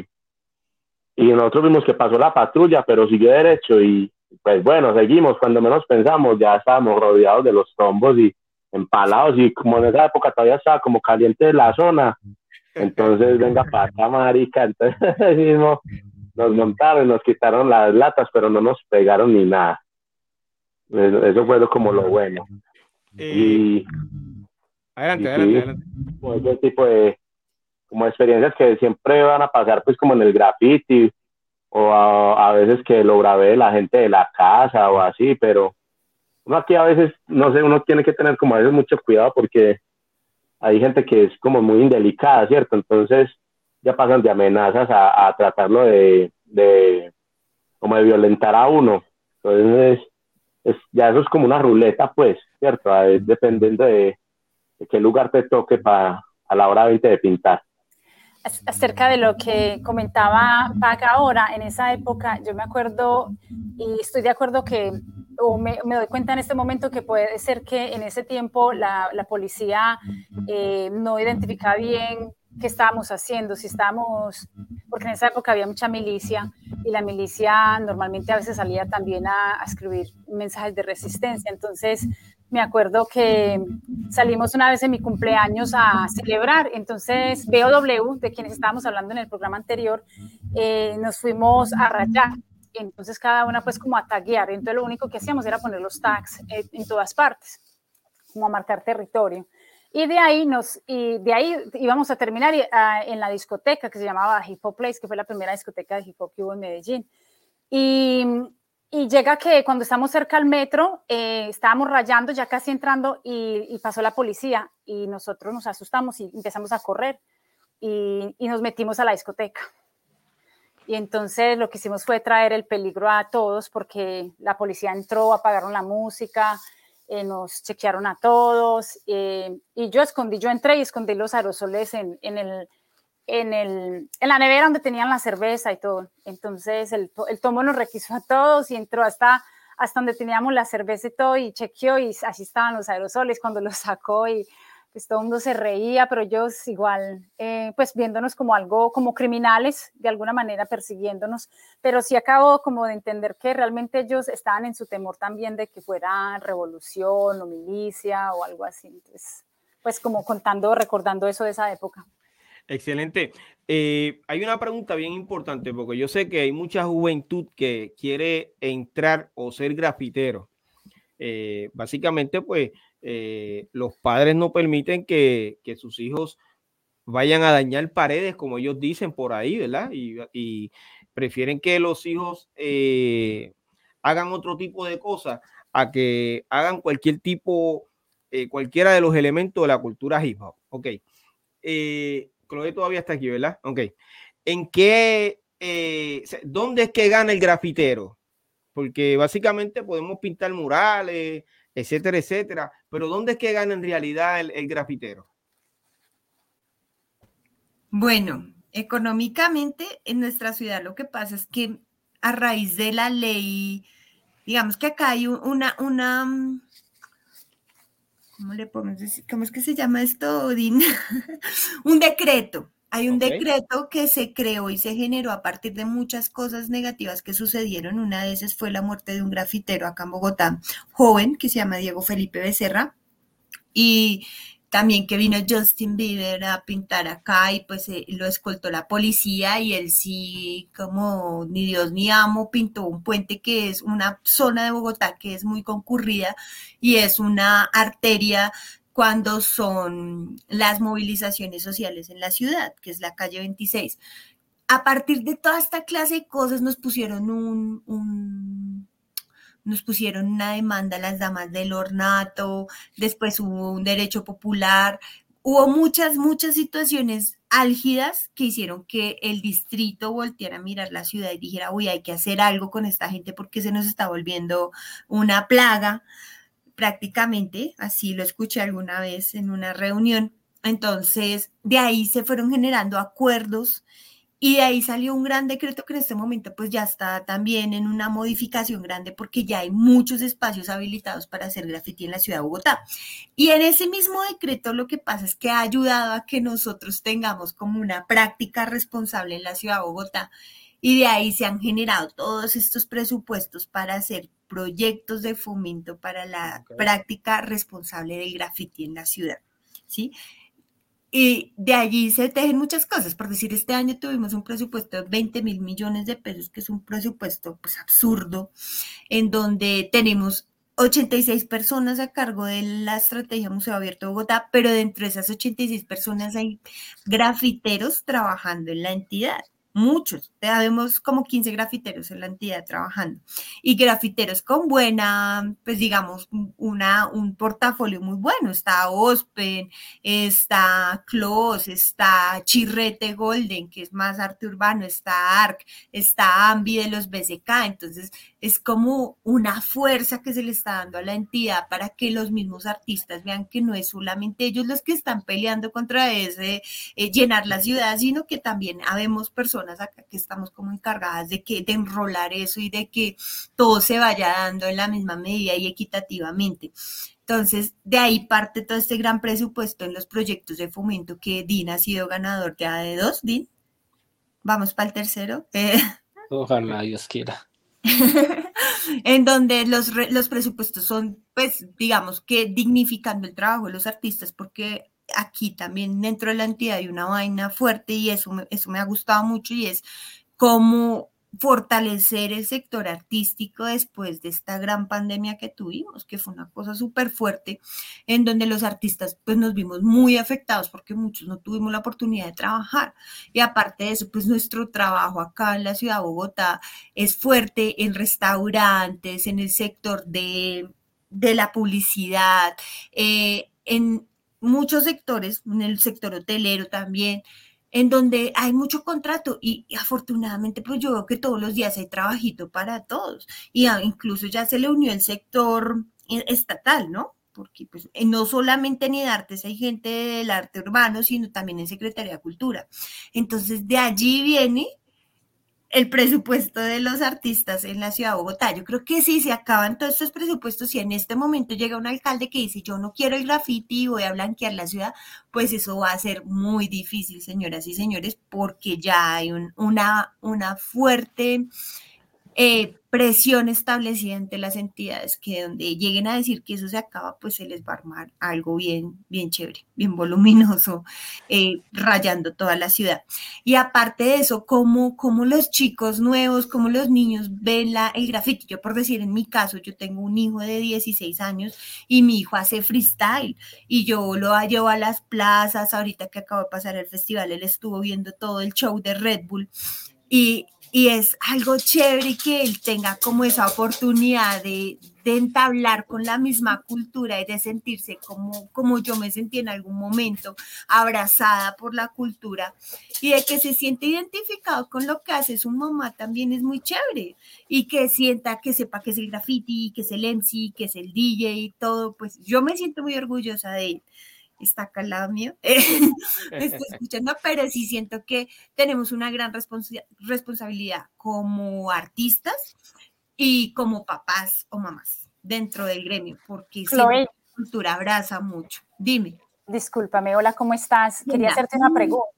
C: Y nosotros vimos que pasó la patrulla, pero siguió derecho y pues bueno, seguimos. Cuando menos pensamos, ya estábamos rodeados de los tombos y empalados, y como en esa época todavía estaba como caliente la zona, entonces venga para acá, marica. Entonces mismo nos montaron, nos quitaron las latas, pero no nos pegaron ni nada. Eso, eso fue como lo bueno.
A: Eh,
C: Y,
A: adelante,
C: y
A: adelante,
C: sí,
A: adelante.
C: como ese tipo de como experiencias que siempre van a pasar, pues como en el graffiti, o a, a veces que lo grabé la gente de la casa o así, pero uno aquí a veces, no sé, uno tiene que tener como a veces mucho cuidado porque hay gente que es como muy indelicada, ¿cierto? Entonces ya pasan de amenazas a, a tratarlo de, de, como de violentar a uno. Entonces, es, ya eso es como una ruleta, pues, ¿cierto? A, dependiendo de, de qué lugar te toque para a la hora veinte de pintar.
G: Acerca de lo que comentaba Pac ahora, en esa época, yo me acuerdo y estoy de acuerdo que, o me, me doy cuenta en este momento que puede ser que en ese tiempo la, la policía eh, no identificaba bien qué estábamos haciendo, si estábamos, porque en esa época había mucha milicia y la milicia normalmente a veces salía también a, a escribir mensajes de resistencia. Entonces me acuerdo que salimos una vez en mi cumpleaños a celebrar, entonces B O W, de quienes estábamos hablando en el programa anterior, eh, nos fuimos a rayar, entonces cada una pues como a taguear, entonces lo único que hacíamos era poner los tags eh, en todas partes, como a marcar territorio. Y de ahí, nos, y de ahí íbamos a terminar uh, en la discoteca que se llamaba Hip Hop Place, que fue la primera discoteca de hip hop que hubo en Medellín. Y, y llega que cuando estamos cerca al metro, eh, estábamos rayando, ya casi entrando, y, y pasó la policía. Y nosotros nos asustamos y empezamos a correr. Y, y nos metimos a la discoteca. Y entonces lo que hicimos fue traer el peligro a todos, porque la policía entró, apagaron la música, Eh, nos chequearon a todos, eh, y yo escondí, yo entré y escondí los aerosoles en, en, el, en, el, en la nevera donde tenían la cerveza y todo. Entonces el, el tomo nos requisó a todos y entró hasta, hasta donde teníamos la cerveza y todo, y chequeó, y así estaban los aerosoles cuando los sacó, y pues todo el mundo se reía, pero ellos igual, eh, pues viéndonos como algo, como criminales, de alguna manera persiguiéndonos, pero sí acabo como de entender que realmente ellos estaban en su temor también de que fuera revolución o milicia o algo así. Entonces, pues como contando, recordando eso de esa época.
A: Excelente. Eh, hay una pregunta bien importante, porque yo sé que hay mucha juventud que quiere entrar o ser grafitero. Eh, básicamente, pues, eh, los padres no permiten que, que sus hijos vayan a dañar paredes, como ellos dicen por ahí, ¿verdad? Y, y prefieren que los hijos eh, hagan otro tipo de cosas a que hagan cualquier tipo, eh, cualquiera de los elementos de la cultura hip hop. Ok. Eh, Chloe todavía está aquí, ¿verdad? Ok. ¿En qué, eh, dónde es que gana el grafitero? Porque básicamente podemos pintar murales, etcétera, etcétera, pero ¿dónde es que gana en realidad el, el grafitero?
I: Bueno, económicamente en nuestra ciudad lo que pasa es que a raíz de la ley, digamos que acá hay una, una ¿cómo le podemos decir? ¿Cómo es que se llama esto, Odín? Un decreto. Hay un
E: Ok.
I: decreto que se creó y se generó a partir de muchas cosas negativas que sucedieron. Una de esas fue la muerte de un grafitero acá en Bogotá, joven, que se llama Diego Felipe Becerra, y también que vino Justin Bieber a pintar acá y pues eh, lo escoltó la policía y él sí, como ni Dios ni amo, pintó un puente que es una zona de Bogotá que es muy concurrida y es una arteria cuando son las movilizaciones sociales en la ciudad, que es la calle veintiséis. A partir de toda esta clase de cosas nos pusieron un... un nos pusieron una demanda a las damas del ornato, después hubo un derecho popular, hubo muchas, muchas situaciones álgidas que hicieron que el distrito volteara a mirar la ciudad y dijera, uy, hay que hacer algo con esta gente porque se nos está volviendo una plaga, prácticamente, así lo escuché alguna vez en una reunión. Entonces, de ahí se fueron generando acuerdos y de ahí salió un gran decreto que en este momento pues ya está también en una modificación grande porque ya hay muchos espacios habilitados para hacer graffiti en la ciudad de Bogotá. Y en ese mismo decreto lo que pasa es que ha ayudado a que nosotros tengamos como una práctica responsable en la ciudad de Bogotá y de ahí se han generado todos estos presupuestos para hacer proyectos de fomento para la
E: Ok.
I: práctica responsable del graffiti en la ciudad, ¿sí? Y de allí se tejen muchas cosas. Por decir, este año tuvimos un presupuesto de veinte mil millones de pesos, que es un presupuesto pues absurdo, en donde tenemos ochenta y seis personas a cargo de la estrategia Museo Abierto de Bogotá, pero dentro de esas ochenta y seis personas hay grafiteros trabajando en la entidad. Muchos, tenemos como quince grafiteros en la entidad trabajando y grafiteros con buena, pues digamos, una, un portafolio muy bueno. Está Ospen, está Clos, está Chirrete Golden, que es más arte urbano, está Arc, está Ambi de los B C K. Entonces es como una fuerza que se le está dando a la entidad para que los mismos artistas vean que no es solamente ellos los que están peleando contra ese eh, llenar la ciudad, sino que también habemos personas acá que estamos como encargadas de que de enrolar eso y de que todo se vaya dando en la misma medida y equitativamente. Entonces, de ahí parte todo este gran presupuesto en los proyectos de fomento que Din ha sido ganador ya de dos, Din. Vamos para el tercero. Eh.
F: Ojalá Dios quiera.
I: En donde los, los presupuestos son, pues, digamos que dignificando el trabajo de los artistas, porque aquí también dentro de la entidad hay una vaina fuerte y eso, eso me ha gustado mucho y es cómo fortalecer el sector artístico después de esta gran pandemia que tuvimos, que fue una cosa súper fuerte, en donde los artistas pues nos vimos muy afectados porque muchos no tuvimos la oportunidad de trabajar. Y aparte de eso, pues nuestro trabajo acá en la ciudad de Bogotá es fuerte en restaurantes, en el sector de, de la publicidad, eh, en muchos sectores, en el sector hotelero también, en donde hay mucho contrato y, y afortunadamente pues yo veo que todos los días hay trabajito para todos y a, incluso ya se le unió el sector estatal, ¿no? Porque pues no solamente en Artes hay gente del arte urbano, sino también en Secretaría de Cultura. Entonces de allí viene el presupuesto de los artistas en la ciudad de Bogotá. Yo creo que si se acaban todos estos presupuestos y en este momento llega un alcalde que dice yo no quiero el graffiti y voy a blanquear la ciudad, pues eso va a ser muy difícil, señoras y señores, porque ya hay un, una, una fuerte eh, presión establecida entre las entidades que donde lleguen a decir que eso se acaba, pues se les va a armar algo bien, bien chévere, bien voluminoso, eh, rayando toda la ciudad. Y aparte de eso, cómo, cómo los chicos nuevos, cómo los niños ven la, el grafiti. Yo por decir, en mi caso, yo tengo un hijo de dieciséis años y mi hijo hace freestyle y yo lo llevo a las plazas. Ahorita que acabo de pasar el festival, él estuvo viendo todo el show de Red Bull y Y es algo chévere que él tenga como esa oportunidad de, de entablar con la misma cultura y de sentirse como, como yo me sentí en algún momento, abrazada por la cultura y de que se siente identificado con lo que hace su mamá también es muy chévere y que sienta, que sepa que es el graffiti, que es el M C, que es el D J y todo, pues yo me siento muy orgullosa de él. está acá al lado mío, me está escuchando, pero sí siento que tenemos una gran responsa- responsabilidad como artistas y como papás o mamás dentro del gremio, porque siempre la cultura abraza mucho. Dime.
G: Discúlpame, hola, ¿cómo estás? Quería hacerte una pregunta.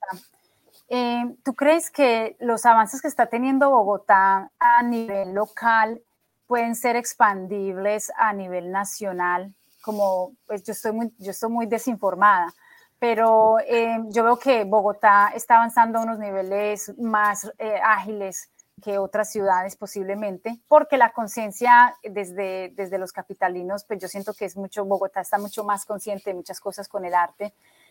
G: Eh, ¿Tú crees que los avances que está teniendo Bogotá a nivel local pueden ser expandibles a nivel nacional? Como, pues yo estoy muy, yo estoy muy desinformada, pero eh, yo veo que Bogotá está avanzando a unos niveles más eh, ágiles que otras ciudades posiblemente, porque la conciencia desde, desde los capitalinos, pues yo siento que es mucho, Bogotá está mucho más consciente de muchas cosas con el arte.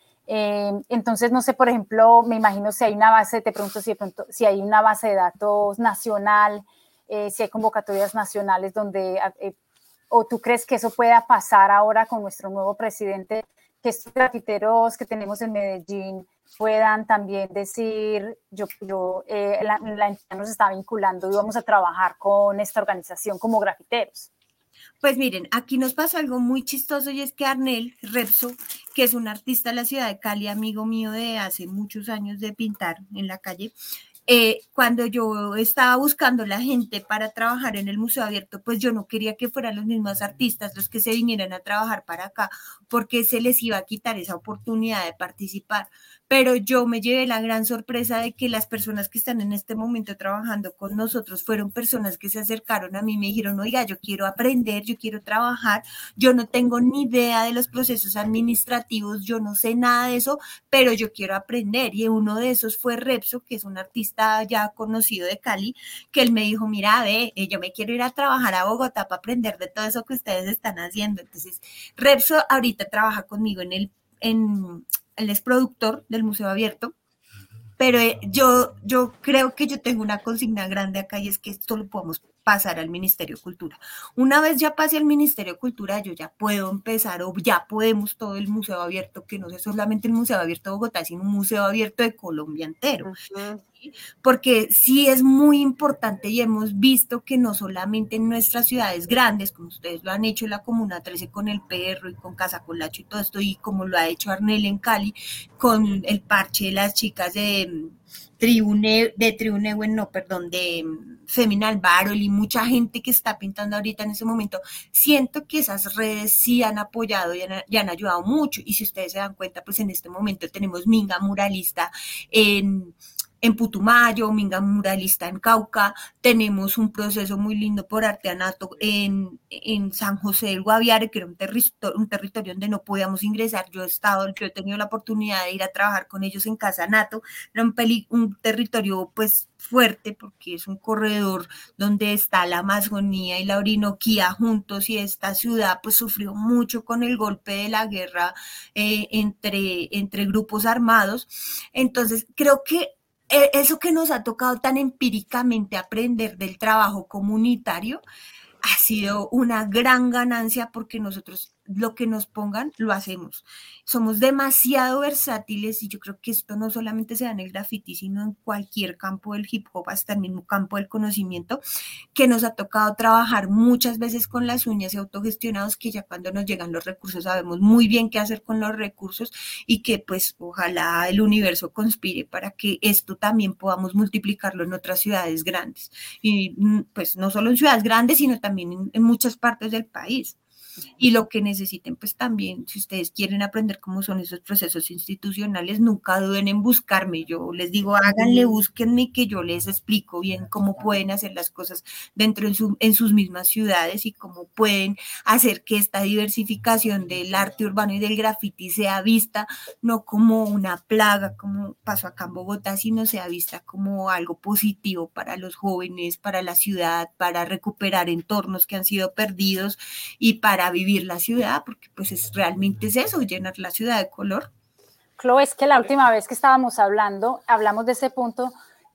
G: Eh, entonces, no sé, por ejemplo, me imagino si hay una base, te pregunto si, de pronto, si hay una base de datos nacional, eh, si hay convocatorias nacionales donde, eh, o tú crees que eso pueda pasar ahora con nuestro nuevo presidente, que estos grafiteros que tenemos en Medellín puedan también decir, yo, yo eh, la, la entidad nos está vinculando y vamos a trabajar con esta organización como grafiteros.
I: Pues miren, aquí nos pasa algo muy chistoso y es que Arnel Repso, que es un artista de la ciudad de Cali, amigo mío de hace muchos años de pintar en la calle, eh, cuando yo estaba buscando la gente para trabajar en el Museo Abierto, pues yo no quería que fueran los mismos artistas los que se vinieran a trabajar para acá, porque se les iba a quitar esa oportunidad de participar. Pero yo me llevé la gran sorpresa de que las personas que están en este momento trabajando con nosotros fueron personas que se acercaron a mí y me dijeron, oiga, yo quiero aprender, yo quiero trabajar, yo no tengo ni idea de los procesos administrativos, yo no sé nada de eso, pero yo quiero aprender. Y uno de esos fue Repso, que es un artista ya conocido de Cali, que él me dijo, mira, ve, yo me quiero ir a trabajar a Bogotá para aprender de todo eso que ustedes están haciendo. Entonces, Repso ahorita trabaja conmigo en el... En, él es productor del Museo Abierto, pero yo, yo creo que yo tengo una consigna grande acá y es que esto lo podemos pasar al Ministerio de Cultura. Una vez ya pase al Ministerio de Cultura, yo ya puedo empezar o ya podemos todo el Museo Abierto, que no es solamente el Museo Abierto de Bogotá, sino un Museo Abierto de Colombia entero. Uh-huh. ¿Sí? Porque sí es muy importante y hemos visto que no solamente en nuestras ciudades grandes, como ustedes lo han hecho en la Comuna trece con el Perro y con Casa Colacho y todo esto, y como lo ha hecho Arnel en Cali, con el parche de las chicas de... Tribune, de Tribune, no, perdón, de Feminal Barrel y mucha gente que está pintando ahorita en ese momento, siento que esas redes sí han apoyado y han, y han ayudado mucho, y si ustedes se dan cuenta, pues en este momento tenemos Minga Muralista en... en Putumayo, Minga Muralista en Cauca, tenemos un proceso muy lindo por Arteanato en, en San José del Guaviare, que era un, terri un territorio donde no podíamos ingresar. Yo he estado, yo he tenido la oportunidad de ir a trabajar con ellos en Casa Nato, era un, un territorio pues fuerte porque es un corredor donde está la Amazonía y la Orinoquía juntos, y esta ciudad pues sufrió mucho con el golpe de la guerra eh, entre, entre grupos armados. Entonces creo que eso que nos ha tocado tan empíricamente aprender del trabajo comunitario ha sido una gran ganancia, porque nosotros lo que nos pongan lo hacemos. Somos demasiado versátiles y yo creo que esto no solamente se da en el graffiti, sino en cualquier campo del hip hop, hasta el mismo campo del conocimiento, que nos ha tocado trabajar muchas veces con las uñas y autogestionados, que ya cuando nos llegan los recursos sabemos muy bien qué hacer con los recursos, y que pues ojalá el universo conspire para que esto también podamos multiplicarlo en otras ciudades grandes, y pues no solo en ciudades grandes, sino también en, en muchas partes del país. Y lo que necesiten, pues también, si ustedes quieren aprender cómo son esos procesos institucionales, nunca duden en buscarme. Yo les digo, háganle, búsquenme, que yo les explico bien cómo pueden hacer las cosas dentro en, su, en sus mismas ciudades, y cómo pueden hacer que esta diversificación del arte urbano y del graffiti sea vista no como una plaga, como pasó acá en Bogotá, sino sea vista como algo positivo para los jóvenes, para la ciudad, para recuperar entornos que han sido perdidos y para vivir la ciudad, porque pues es, realmente es eso, llenar la ciudad de color.
G: Chloe, es que la última vez que estábamos hablando, hablamos de ese punto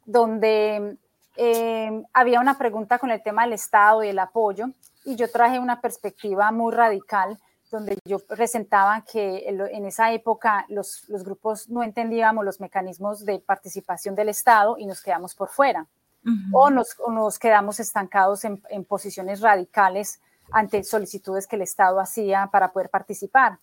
G: donde eh, había una pregunta con el tema del Estado y el apoyo, y yo traje una perspectiva muy radical, donde yo presentaba que en esa época los, los grupos no entendíamos los mecanismos de participación del Estado y nos quedamos por fuera, uh-huh. o, nos, o nos quedamos estancados en, en posiciones radicales ante solicitudes que el Estado hacía para poder participar.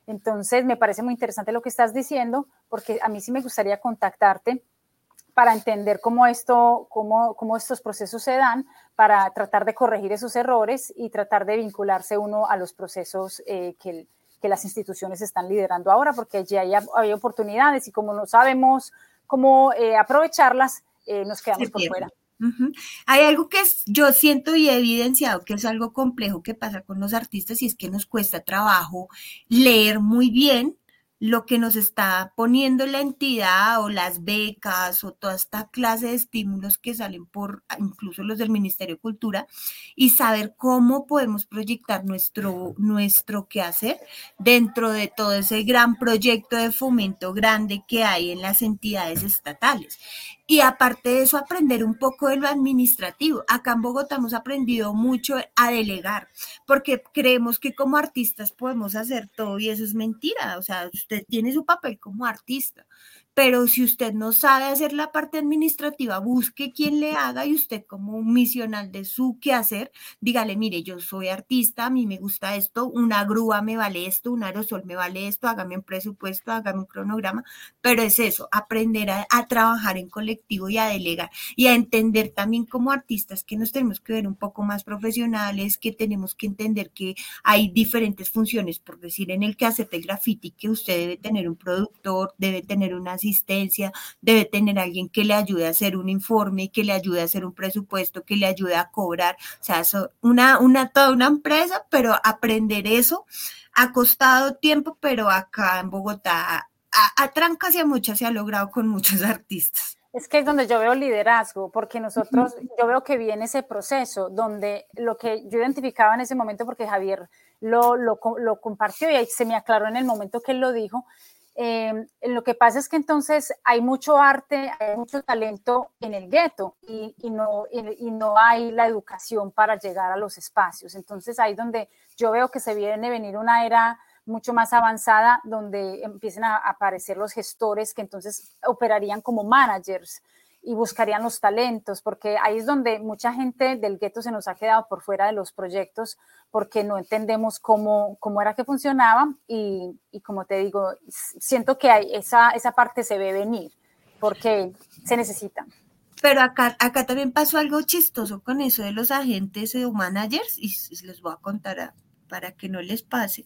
G: Entonces, me parece muy interesante lo que estás diciendo, porque a mí sí me gustaría contactarte para entender cómo, esto, cómo, cómo estos procesos se dan, para tratar de corregir esos errores y tratar de vincularse uno a los procesos eh, que, que las instituciones están liderando ahora, porque allí hay, hay oportunidades y como no sabemos cómo eh, aprovecharlas, eh, nos quedamos por fuera.
I: Uh-huh. Hay algo que es, yo siento y he evidenciado que es algo complejo que pasa con los artistas, y es que nos cuesta trabajo leer muy bien lo que nos está poniendo la entidad o las becas o toda esta clase de estímulos que salen por incluso los del Ministerio de Cultura, y saber cómo podemos proyectar nuestro, nuestro quehacer dentro de todo ese gran proyecto de fomento grande que hay en las entidades estatales. Y aparte de eso, aprender un poco de lo administrativo. Acá en Bogotá hemos aprendido mucho a delegar, porque creemos que como artistas podemos hacer todo, y eso es mentira. O sea, usted tiene su papel como artista, pero si usted no sabe hacer la parte administrativa, busque quien le haga, y usted como un misional de su quehacer, dígale, mire, yo soy artista, a mí me gusta esto, una grúa me vale esto, un aerosol me vale esto, hágame un presupuesto, hágame un cronograma, pero es eso, aprender a, a trabajar en colectivo y a delegar, y a entender también como artistas que nos tenemos que ver un poco más profesionales, que tenemos que entender que hay diferentes funciones, por decir, en el quehacer del graffiti, que usted debe tener un productor, debe tener una asistencia, debe tener alguien que le ayude a hacer un informe, que le ayude a hacer un presupuesto, que le ayude a cobrar, o sea, eso, una, una, toda una empresa, pero aprender eso ha costado tiempo, pero acá en Bogotá a, a trancas y a muchas se ha logrado con muchos artistas.
G: Es que es donde yo veo liderazgo, porque nosotros, yo veo que viene ese proceso donde lo que yo identificaba en ese momento, porque Javier lo, lo, lo compartió y ahí se me aclaró en el momento que él lo dijo. Eh, lo que pasa es que entonces hay mucho arte, hay mucho talento en el gueto, y, y, no, y, y no hay la educación para llegar a los espacios. Entonces ahí donde yo veo que se viene a venir una era mucho más avanzada, donde empiecen a aparecer los gestores que entonces operarían como managers y buscarían los talentos, porque ahí es donde mucha gente del gueto se nos ha quedado por fuera de los proyectos, porque no entendemos cómo, cómo era que funcionaba, y, y como te digo, siento que hay esa, esa parte se ve venir, porque se necesita.
I: Pero acá, acá también pasó algo chistoso con eso de los agentes o managers, y les voy a contar a, para que no les pase.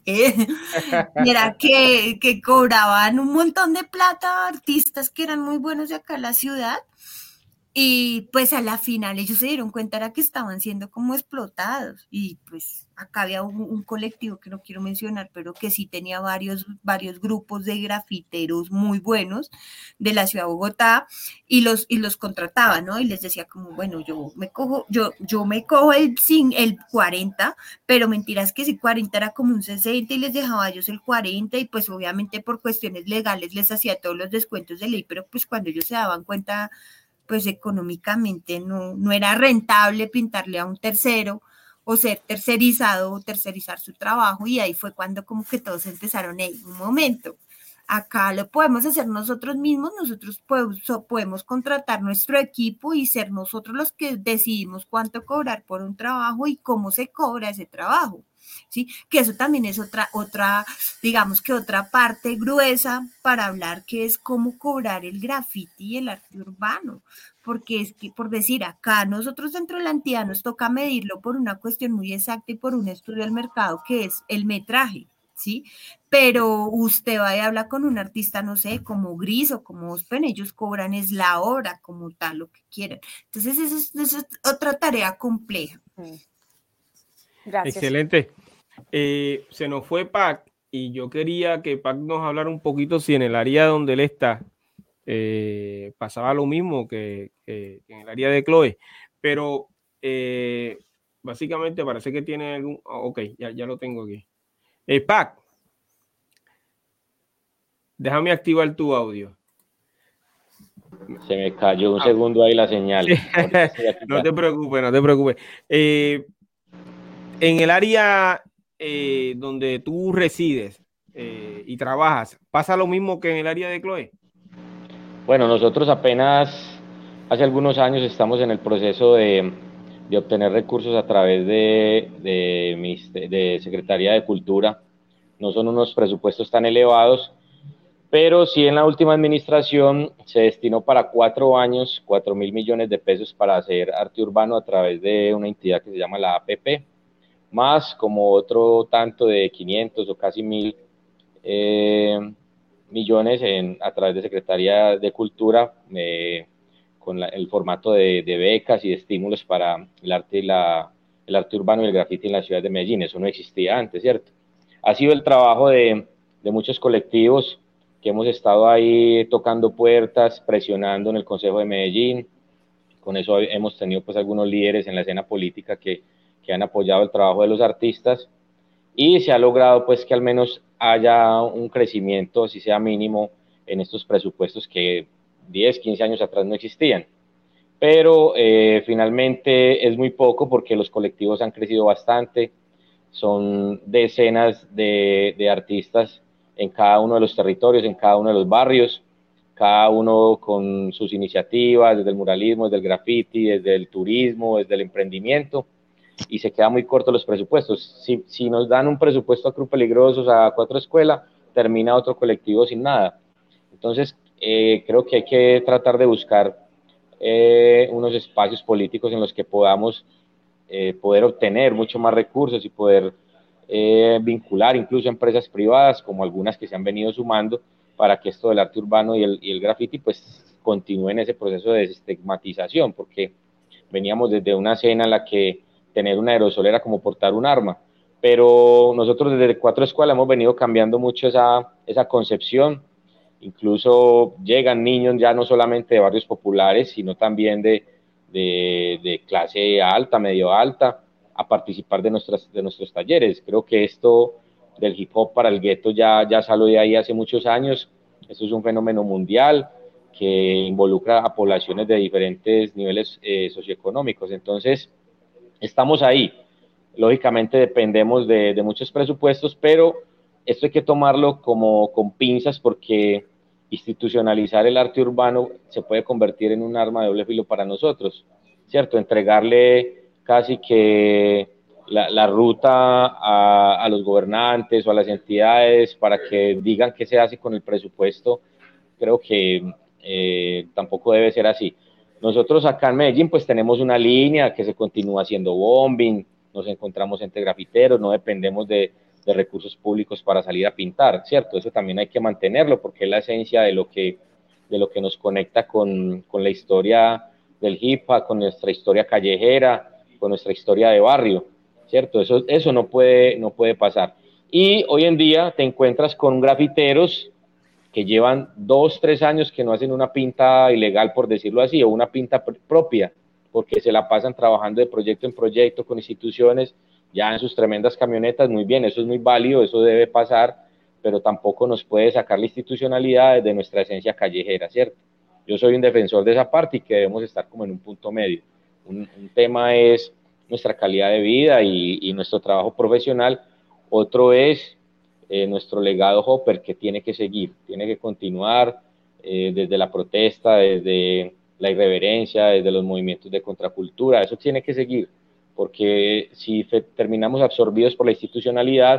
I: Mira que, que cobraban un montón de plata a artistas que eran muy buenos de acá en la ciudad, y pues a la final ellos se dieron cuenta era que estaban siendo como explotados, y pues acá había un, un colectivo que no quiero mencionar, pero que sí tenía varios, varios grupos de grafiteros muy buenos de la ciudad de Bogotá, y los, y los contrataba, ¿no? Y les decía como, bueno, yo me cojo, yo, yo me cojo el, el cuarenta, pero mentiras que si cuarenta era como un sesenta, y les dejaba a ellos el cuarenta, y pues obviamente por cuestiones legales les hacía todos los descuentos de ley, pero pues cuando ellos se daban cuenta, pues económicamente no, no era rentable pintarle a un tercero o ser tercerizado o tercerizar su trabajo, y ahí fue cuando como que todos empezaron en un momento. Acá lo podemos hacer nosotros mismos, nosotros podemos, podemos contratar nuestro equipo y ser nosotros los que decidimos cuánto cobrar por un trabajo y cómo se cobra ese trabajo. ¿Sí? Que eso también es otra, otra, digamos que otra parte gruesa para hablar, que es cómo cobrar el graffiti y el arte urbano, porque es que, por decir, acá nosotros dentro de la entidad nos toca medirlo por una cuestión muy exacta y por un estudio del mercado que es el metraje, ¿sí? Pero usted va y habla con un artista, no sé, como Gris o como Ospen, ellos cobran es la obra como tal, lo que quieran. Entonces eso es, eso es otra tarea compleja.
G: Gracias.
J: Excelente. Eh, se nos fue Pac, y yo quería que Pac nos hablara un poquito si en el área donde él está eh, pasaba lo mismo que, que, que en el área de Chloe, pero eh, básicamente parece que tiene algún... Ok, ya, ya lo tengo aquí. Eh, Pac, déjame activar tu audio.
E: Se me cayó un ah. segundo ahí la señal.
J: No te preocupes, no te preocupes. Eh, en el área eh, donde tú resides eh, y trabajas, ¿pasa lo mismo que en el área de Chloe?
E: Bueno, nosotros apenas hace algunos años estamos en el proceso de, de obtener recursos a través de, de, de Secretaría de Cultura no son unos presupuestos tan elevados, pero sí en la última administración se destinó para cuatro años cuatro mil millones de pesos para hacer arte urbano a través de una entidad que se llama la A P P, más como otro tanto de quinientos o casi mil eh, millones en, a través de Secretaría de Cultura, eh, con la, el formato de, de becas y de estímulos para el arte, y la, el arte urbano y el grafiti en la ciudad de Medellín. Eso no existía antes, ¿cierto? Ha sido el trabajo de, de muchos colectivos que hemos estado ahí tocando puertas, presionando en el Consejo de Medellín. Con eso hemos tenido pues algunos líderes en la escena política que, que han apoyado el trabajo de los artistas, y se ha logrado pues que al menos haya un crecimiento, si sea mínimo, en estos presupuestos que diez, quince años atrás no existían. Pero eh, finalmente es muy poco porque los colectivos han crecido bastante, son decenas de, de artistas en cada uno de los territorios, en cada uno de los barrios, cada uno con sus iniciativas, desde el muralismo, desde el graffiti, desde el turismo, desde el emprendimiento, y se quedan muy cortos los presupuestos. Si, si nos dan un presupuesto a Cruz Peligrosos, a Cuatro Escuela, termina otro colectivo sin nada. Entonces, eh, creo que hay que tratar de buscar eh, unos espacios políticos en los que podamos eh, poder obtener mucho más recursos y poder eh, vincular incluso empresas privadas, como algunas que se han venido sumando, para que esto del arte urbano y el, y el graffiti pues continúe en ese proceso de desestigmatización, porque veníamos desde una escena en la que tener un aerosol era como portar un arma, pero nosotros desde Cuatro Escuela hemos venido cambiando mucho esa, esa concepción. Incluso llegan niños ya no solamente de barrios populares, sino también de, de, de clase alta, medio alta, a participar de, nuestras, de nuestros talleres. Creo que esto del hip hop para el gueto ya, ya salió de ahí hace muchos años. Esto es un fenómeno mundial que involucra a poblaciones de diferentes niveles eh, socioeconómicos. Entonces, estamos ahí. Lógicamente dependemos de, de muchos presupuestos, pero esto hay que tomarlo como con pinzas, porque institucionalizar el arte urbano se puede convertir en un arma de doble filo para nosotros, ¿cierto? Entregarle casi que la, la ruta a, a los gobernantes o a las entidades para que digan qué se hace con el presupuesto, creo que eh, tampoco debe ser así. Nosotros acá en Medellín pues tenemos una línea que se continúa haciendo bombing, nos encontramos entre grafiteros, no dependemos de, de recursos públicos para salir a pintar, ¿cierto? Eso también hay que mantenerlo porque es la esencia de lo que, de lo que nos conecta con, con la historia del hip hop, con nuestra historia callejera, con nuestra historia de barrio, ¿cierto? Eso, eso no puede, no puede pasar. Y hoy en día te encuentras con grafiteros que llevan dos, tres años que no hacen una pinta ilegal, por decirlo así, o una pinta pr propia, porque se la pasan trabajando de proyecto en proyecto con instituciones, ya en sus tremendas camionetas. Muy bien, eso es muy válido, eso debe pasar, pero tampoco nos puede sacar la institucionalidad de nuestra esencia callejera, ¿cierto? Yo soy un defensor de esa parte y que debemos estar como en un punto medio. Un, un tema es nuestra calidad de vida y, y nuestro trabajo profesional, otro es Eh, nuestro legado Hopper, que tiene que seguir, tiene que continuar eh, desde la protesta, desde la irreverencia, desde los movimientos de contracultura. Eso tiene que seguir, porque si terminamos absorbidos por la institucionalidad,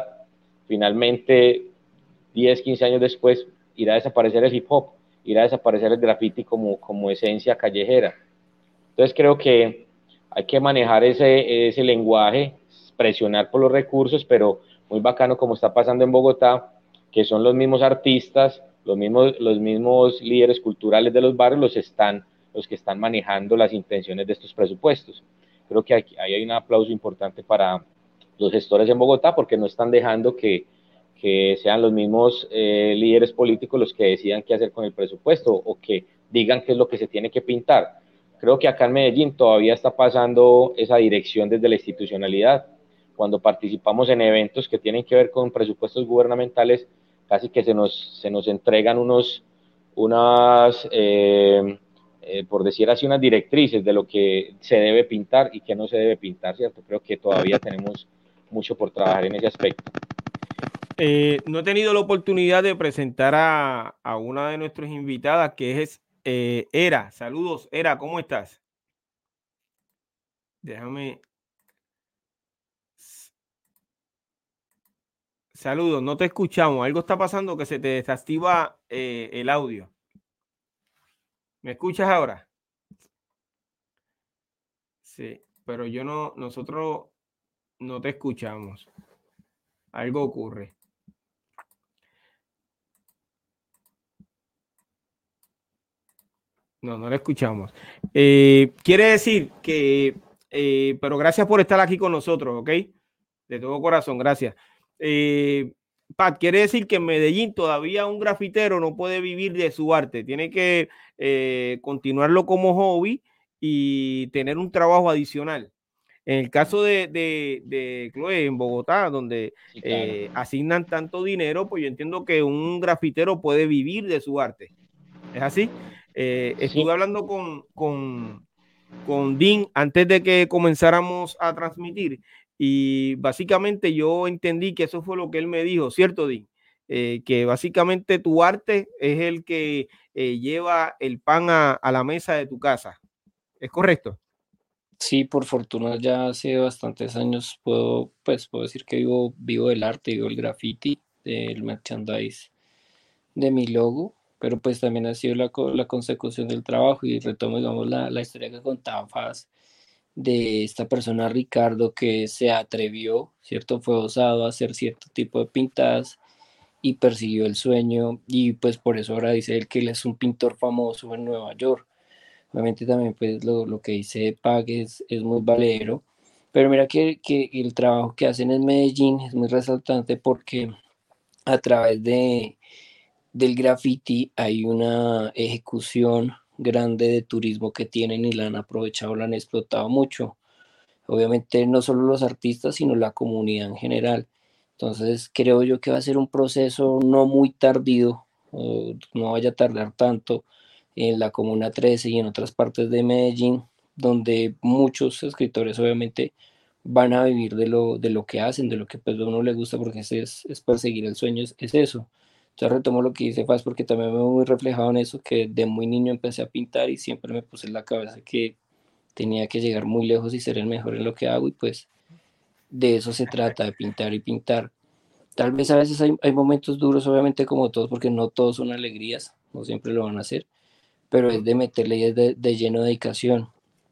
E: finalmente diez, quince años después irá a desaparecer el hip hop, irá a desaparecer el graffiti como, como esencia callejera. Entonces creo que hay que manejar ese, ese lenguaje, presionar por los recursos, pero muy bacano como está pasando en Bogotá, que son los mismos artistas, los mismos, los mismos líderes culturales de los barrios los, están, los que están manejando las intenciones de estos presupuestos. Creo que aquí, ahí hay un aplauso importante para los gestores en Bogotá, porque no están dejando que, que sean los mismos eh, líderes políticos los que decidan qué hacer con el presupuesto o que digan qué es lo que se tiene que pintar. Creo que acá en Medellín todavía está pasando esa dirección desde la institucionalidad. Cuando participamos en eventos que tienen que ver con presupuestos gubernamentales, casi que se nos, se nos entregan unos, unas, eh, eh, por decir así, unas directrices de lo que se debe pintar y que no se debe pintar, ¿cierto? Creo que todavía tenemos mucho por trabajar en ese aspecto.
J: Eh, no he tenido la oportunidad de presentar a, a una de nuestras invitadas, que es eh, Era. Saludos, Era, ¿cómo estás? Déjame... Saludos, no te escuchamos. Algo está pasando que se te desactiva eh, el audio. ¿Me escuchas ahora? Sí, pero yo no, nosotros no te escuchamos. Algo ocurre. No, no le escuchamos. Eh, quiere decir que, eh, pero gracias por estar aquí con nosotros, ¿ok? De todo corazón, gracias. Eh, Pat, quiere decir que en Medellín todavía un grafitero no puede vivir de su arte. Tiene que eh, continuarlo como hobby y tener un trabajo adicional. En el caso de, de, de Chloe en Bogotá, donde sí, claro. eh, asignan tanto dinero, pues yo entiendo que un grafitero puede vivir de su arte. ¿Es así? Eh, sí. Estuve hablando con, con, con Dean antes de que comenzáramos a transmitir y básicamente yo entendí que eso fue lo que él me dijo, ¿cierto, Dean? Eh, que básicamente tu arte es el que eh, lleva el pan a, a la mesa de tu casa. ¿Es correcto?
F: Sí, por fortuna ya hace bastantes años puedo, pues, puedo decir que vivo, vivo del arte, vivo el graffiti, del merchandise de mi logo, pero pues también ha sido la, la consecución del trabajo y retomo, digamos, la, la historia que contaba Faz de esta persona Ricardo que se atrevió, ¿cierto? Fue osado a hacer cierto tipo de pintadas y persiguió el sueño y pues por eso ahora dice él que él es un pintor famoso en Nueva York. Obviamente también pues lo, lo que dice Pag es, es muy valedero, pero mira que, que el trabajo que hacen en Medellín es muy resaltante porque a través de, del graffiti hay una ejecución grande de turismo que tienen y la han aprovechado, la han explotado mucho. Obviamente no solo los artistas, sino la comunidad en general. Entonces creo yo que va a ser un proceso no muy tardío, no vaya a tardar tanto en la Comuna trece y en otras partes de Medellín, donde muchos escritores obviamente van a vivir de lo, de lo que hacen, de lo que pues a uno le gusta, porque es, es perseguir el sueño, es, es eso. Entonces retomo lo que dice Faz porque también me veo muy reflejado en eso, que de muy niño empecé a pintar y siempre me puse en la cabeza que tenía que llegar muy lejos y ser el mejor en lo que hago y pues de eso se trata, de pintar y pintar. Tal vez a veces hay, hay momentos duros, obviamente como todos, porque no todos son alegrías, no siempre lo van a hacer, pero es de meterle y es de, de lleno de dedicación.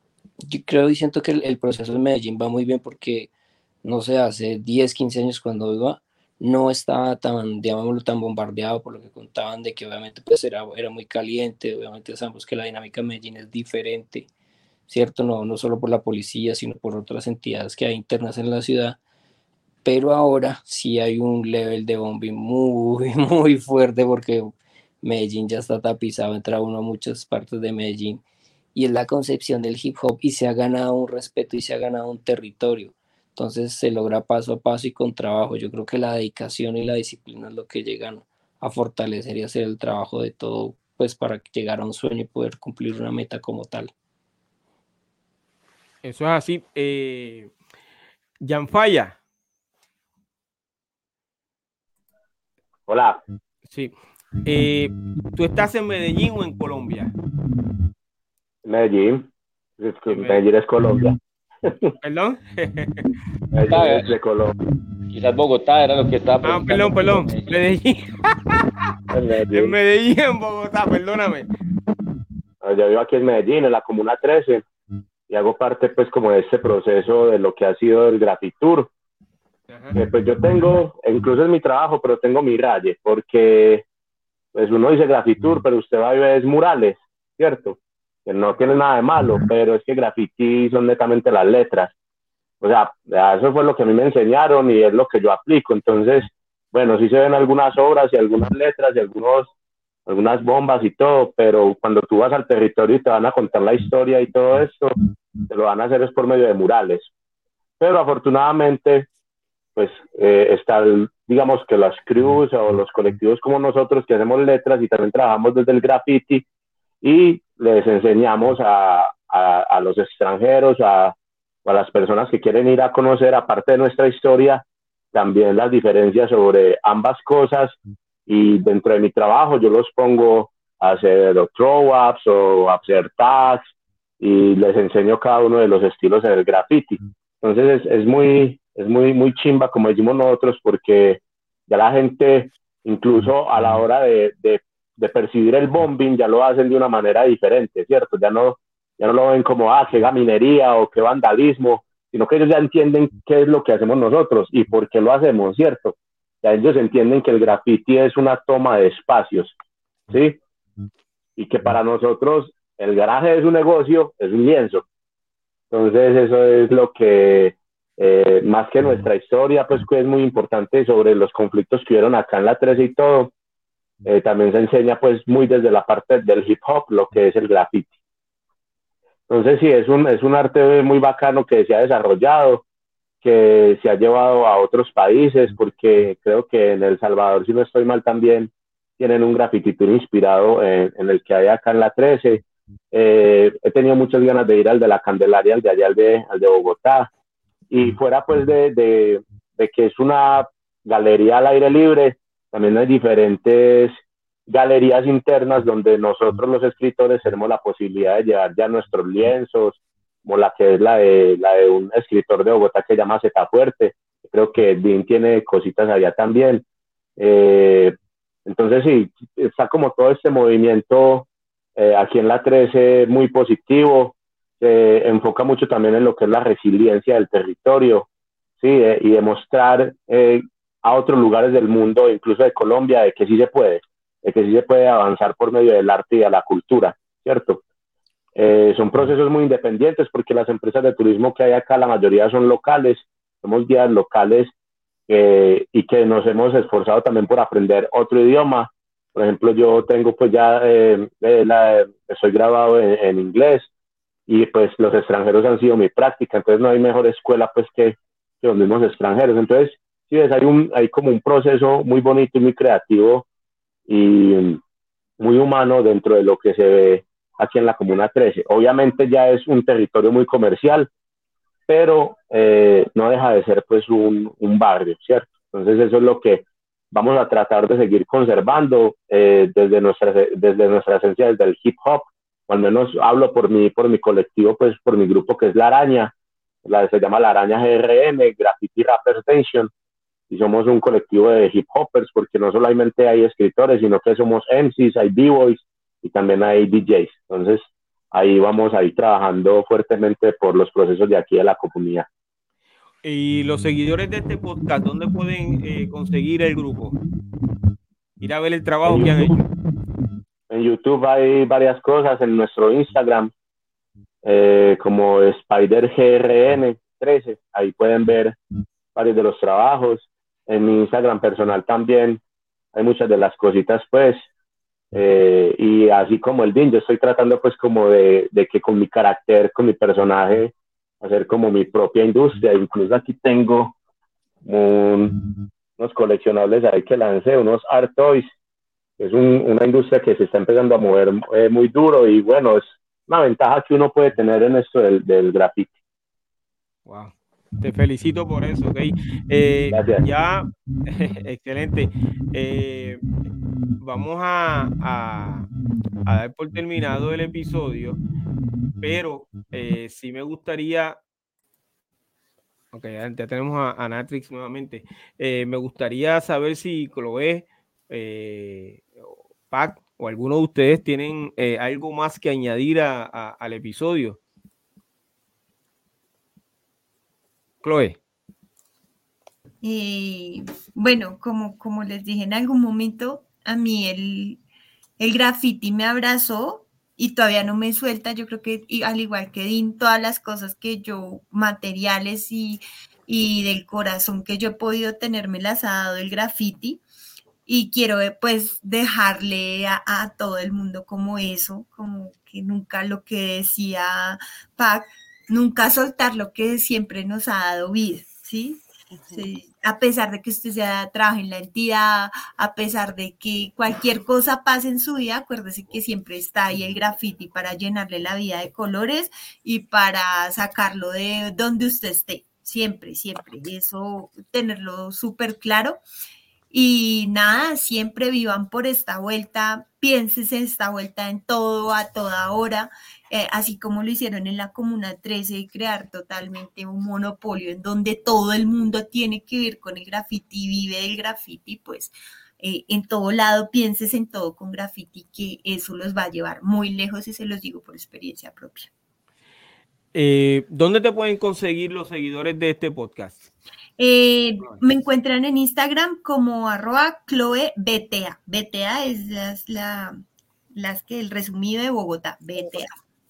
F: Yo creo y siento que el, el proceso en Medellín va muy bien porque, no sé, hace diez, quince años cuando iba, no estaba tan, digámoslo, tan bombardeado por lo que contaban de que obviamente pues era, era muy caliente, obviamente sabemos que la dinámica de Medellín es diferente, ¿cierto? No, no solo por la policía, sino por otras entidades que hay internas en la ciudad, pero ahora sí hay un level de bombing muy, muy fuerte porque Medellín ya está tapizado, entra uno a muchas partes de Medellín y es la concepción del hip hop y se ha ganado un respeto y se ha ganado un territorio. Entonces se logra paso a paso y con trabajo. Yo creo que la dedicación y la disciplina es lo que llegan a fortalecer y hacer el trabajo de todo, pues para llegar a un sueño y poder cumplir una meta como tal.
J: Eso es así. Eh, Janfaya.
C: Hola.
J: Sí. Eh, ¿Tú estás en Medellín o en Colombia?
C: Medellín. Es que Medellín es Colombia.
J: ¿Perdón?
C: Medellín es de Colombia.
E: Quizás Bogotá era lo que estaba
J: Ah, perdón, perdón. Medellín. En Medellín. En Medellín, en Bogotá, perdóname.
C: Yo vivo aquí en Medellín, en la Comuna trece, y hago parte pues como de este proceso de lo que ha sido el Grafitur. Eh, pues yo tengo, incluso en mi trabajo, pero tengo mi raye, porque pues uno dice Grafitur, pero usted va y ve es murales, ¿cierto? Que no tiene nada de malo, pero es que graffiti son netamente las letras. O sea, eso fue lo que a mí me enseñaron y es lo que yo aplico. Entonces, bueno, sí se ven algunas obras y algunas letras y algunos, algunas bombas y todo, pero cuando tú vas al territorio y te van a contar la historia y todo esto, te lo van a hacer es por medio de murales. Pero afortunadamente, pues eh, está, el, digamos que las crews o los colectivos como nosotros que hacemos letras y también trabajamos desde el graffiti y les enseñamos a, a, a los extranjeros, a, a las personas que quieren ir a conocer, aparte de nuestra historia, también las diferencias sobre ambas cosas. Y dentro de mi trabajo yo los pongo a hacer throw-ups o a hacer tags y les enseño cada uno de los estilos en el graffiti. Entonces es, es muy... es muy, muy chimba, como decimos nosotros, porque Ya la gente, incluso a la hora de, de, de percibir el bombing, ya lo hacen de una manera diferente, ¿cierto? Ya no, ya no lo ven como, ah, qué gaminería o qué vandalismo, sino que ellos ya entienden qué es lo que hacemos nosotros y por qué lo hacemos, ¿cierto? Ya ellos entienden que el graffiti es una toma de espacios, ¿sí? Y que para nosotros el garaje de su negocio es un lienzo. Entonces eso es lo que, eh, más que nuestra historia, pues que es muy importante sobre los conflictos que hubieron acá en la trece y todo, eh, también se enseña pues muy desde la parte del hip hop lo que es el graffiti. Entonces sí, es un, es un arte muy bacano que se ha desarrollado, que se ha llevado a otros países, porque creo que en El Salvador, si no estoy mal, también tienen un graffiti tour inspirado en, en el que hay acá en la trece. Eh, he tenido muchas ganas de ir al de la Candelaria, al de allá, al de, al de Bogotá, y fuera pues de, de, de que es una galería al aire libre, también hay diferentes galerías internas donde nosotros los escritores tenemos la posibilidad de llevar ya nuestros lienzos, como la que es la de, la de un escritor de Bogotá que se llama Zeta Fuerte. Creo que Dean tiene cositas allá también. Eh, entonces sí, está como todo este movimiento eh, aquí en la trece muy positivo. Se enfoca mucho también en lo que es la resiliencia del territorio, ¿sí? Eh, y demostrar eh, a otros lugares del mundo, incluso de Colombia, de que sí se puede, de que sí se puede avanzar por medio del arte y de la cultura, ¿cierto? Eh, son procesos muy independientes porque las empresas de turismo que hay acá, la mayoría son locales, somos guías locales eh, y que nos hemos esforzado también por aprender otro idioma. Por ejemplo, yo tengo pues ya, eh, eh, la, soy graduado en, en inglés y pues los extranjeros han sido mi práctica, entonces no hay mejor escuela pues que, que los mismos extranjeros. Entonces, sí, ves, hay, un, hay como un proceso muy bonito y muy creativo y muy humano dentro de lo que se ve aquí en la Comuna trece. Obviamente ya es un territorio muy comercial, pero eh, no deja de ser pues un, un barrio, ¿cierto? Entonces eso es lo que vamos a tratar de seguir conservando eh, desde, nuestra, desde nuestra esencia, desde el hip hop, o al menos hablo por mí, por mi colectivo, pues por mi grupo que es La Araña, la, se llama La Araña G R M, Graffiti Rappers Nation, y somos un colectivo de hip hoppers porque no solamente hay escritores, sino que somos M Cs, hay B-boys y también hay D Js. Entonces ahí vamos a ir trabajando fuertemente por los procesos de aquí de la comunidad.
J: Y los seguidores de este podcast, ¿dónde pueden eh, conseguir el grupo? Ir a ver el trabajo que han hecho.
C: En YouTube hay varias cosas, en nuestro Instagram, eh, como Spider G R N trece, ahí pueden ver varios de los trabajos. En mi Instagram personal también hay muchas de las cositas pues, eh, y así como el D I N, yo estoy tratando pues como de, de que con mi carácter, con mi personaje, hacer como mi propia industria. Incluso aquí tengo un, unos coleccionables ahí que lancé, unos art toys. Es un, una industria que se está empezando a mover eh, muy duro y bueno, es una ventaja que uno puede tener en esto del, del graffiti.
J: Wow. Te felicito por eso, ¿ok? Eh, ya, excelente. Eh, vamos a, a, a dar por terminado el episodio, pero eh, sí me gustaría, ok, ya, ya tenemos a, a Natrix nuevamente, eh, me gustaría saber si Chloe, eh, Pac o alguno de ustedes tienen eh, algo más que añadir a, a, al episodio. Chloe.
I: Eh, bueno, como, como les dije en algún momento, a mí el, el graffiti me abrazó y todavía no me suelta. Yo creo que y al igual que Dean, todas las cosas que yo, materiales y, y del corazón que yo he podido tener, me las ha dado el graffiti. Y quiero pues dejarle a, a todo el mundo como eso, como que nunca lo que decía Pac, nunca soltar lo que siempre nos ha dado vida, ¿sí? Sí, a pesar de que usted ya trabaje en la entidad, a pesar de que cualquier cosa pase en su vida, acuérdese que siempre está ahí el graffiti para llenarle la vida de colores y para sacarlo de donde usted esté, siempre, siempre, eso tenerlo súper claro. Y nada, siempre vivan por esta vuelta, piénsense esta vuelta en todo, a toda hora, eh, así como lo hicieron en la Comuna trece, crear totalmente un monopolio en donde todo el mundo tiene que ver con el graffiti, vive del graffiti, pues eh, en todo lado pienses en todo con graffiti, que eso los va a llevar muy lejos y se los digo por experiencia propia.
J: Eh, ¿Dónde te pueden conseguir los seguidores de este podcast?
I: Eh, me encuentran en Instagram como arroba Chloe Betea. Betea es las, la, las que el resumido de Bogotá, Betea.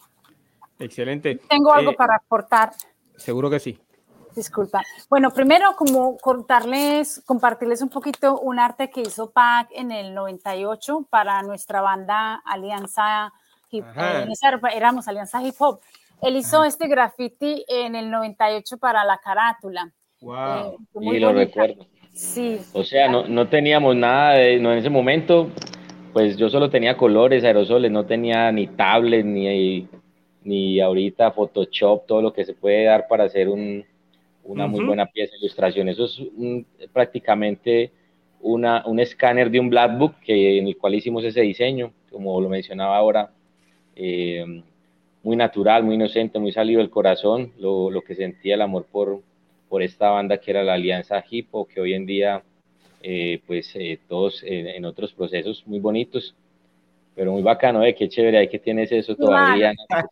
J: Excelente.
G: Tengo algo
J: Eh,
G: para aportar.
J: Seguro que sí.
G: Disculpa. Bueno, primero como contarles, compartirles un poquito un arte que hizo Pac en el noventa y ocho para nuestra banda Alianza Hip Hop. Eh, en esa época éramos Alianza Hip Hop. Él hizo Ajá. este graffiti en el noventa y ocho para la carátula.
E: Wow.
G: Eh,
E: Sí, lo recuerdo.
G: Sí.
E: O sea, no, no teníamos nada de, no en ese momento, pues yo solo tenía colores, aerosoles, no tenía ni tablet, ni, ni ahorita Photoshop, todo lo que se puede dar para hacer un, una uh-huh. muy buena pieza de ilustración. Eso es un, prácticamente una, un escáner de un Black Book que, en el cual hicimos ese diseño, como lo mencionaba ahora, eh, muy natural, muy inocente, muy salido del corazón, lo, lo que sentía el amor por, por esta banda que era la Alianza Hip Hop, que hoy en día, eh, pues eh, todos en, en otros procesos muy bonitos, pero muy bacano, ¿eh? Qué chévere, ahí que tienes eso todavía.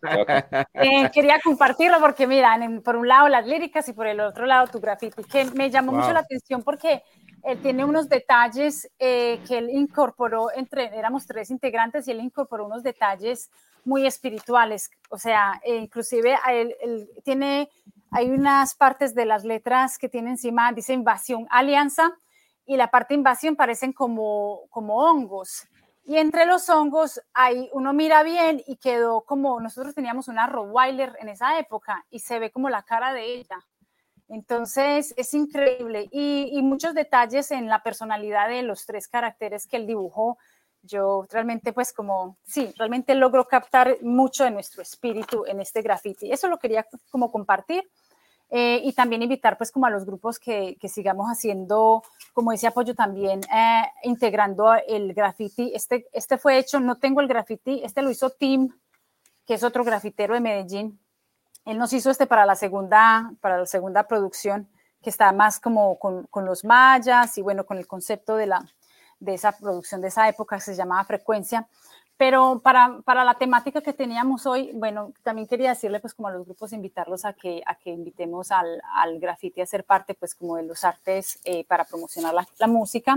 G: eh, quería compartirlo porque, mira, por un lado las líricas y por el otro lado tu graffiti, que me llamó wow. mucho la atención porque él tiene unos detalles eh, que él incorporó, entre, éramos tres integrantes y él incorporó unos detalles muy espirituales, o sea, eh, inclusive él, él tiene, hay unas partes de las letras que tiene encima, dice invasión, alianza, y la parte invasión parecen como, como hongos. Y entre los hongos, hay, uno mira bien y quedó como, nosotros teníamos una Rottweiler en esa época y se ve como la cara de ella. Entonces, es increíble. Y, y muchos detalles en la personalidad de los tres caracteres que él dibujó. Yo realmente, pues como, sí, realmente logro captar mucho de nuestro espíritu en este graffiti. Eso lo quería como compartir. Eh, y también invitar pues como a los grupos que, que sigamos haciendo como ese apoyo también, eh, integrando el graffiti. Este, este fue hecho, no tengo el graffiti, este lo hizo Tim, que es otro grafitero de Medellín. Él nos hizo este para la segunda, para la segunda producción, que está más como con, con los mayas y bueno, con el concepto de, la, de esa producción de esa época que se llamaba Frecuencia. Pero para, para la temática que teníamos hoy, bueno, también quería decirle pues como a los grupos, invitarlos a que, a que invitemos al, al graffiti a ser parte pues como de los artes eh, para promocionar la, la música.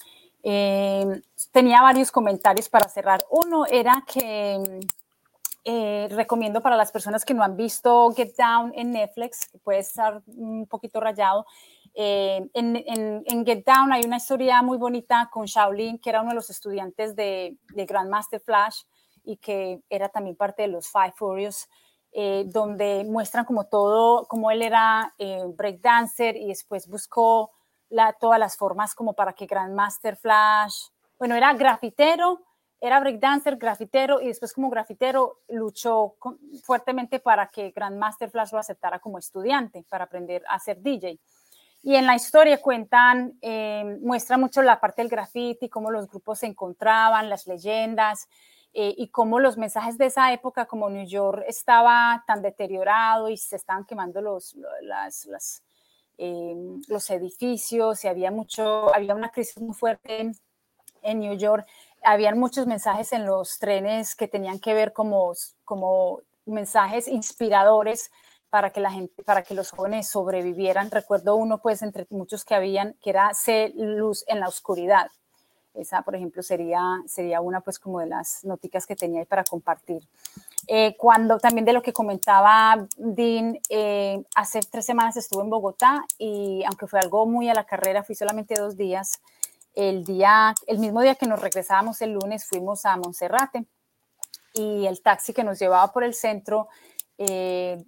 G: Eh, tenía varios comentarios para cerrar. Uno era que eh, recomiendo para las personas que no han visto Get Down en Netflix, que puede estar un poquito rayado. Eh, en, en, en Get Down hay una historia muy bonita con Shaolin, que era uno de los estudiantes de, de Grandmaster Flash y que era también parte de los Five Furious, eh, donde muestran como todo, como él era eh, breakdancer y después buscó la, todas las formas como para que Grandmaster Flash, bueno, era grafitero, era breakdancer, grafitero y después como grafitero luchó con, fuertemente para que Grandmaster Flash lo aceptara como estudiante para aprender a ser D J. Y en la historia cuentan, eh, muestra mucho la parte del graffiti, cómo los grupos se encontraban, las leyendas, eh, y cómo los mensajes de esa época, como New York estaba tan deteriorado y se estaban quemando los, las, las, eh, los edificios, y había, mucho, había una crisis muy fuerte en New York. Habían muchos mensajes en los trenes que tenían que ver como, como mensajes inspiradores para que la gente, para que los jóvenes sobrevivieran. Recuerdo uno, pues, entre muchos que habían, que era sé luz en la oscuridad. Esa, por ejemplo, sería, sería una, pues, como de las noticas que tenía ahí para compartir. Eh, cuando, también de lo que comentaba Dean, eh, hace tres semanas estuve en Bogotá y, aunque fue algo muy a la carrera, fui solamente dos días. El día, el mismo día que nos regresábamos el lunes, fuimos a Monserrate y el taxi que nos llevaba por el centro, eh,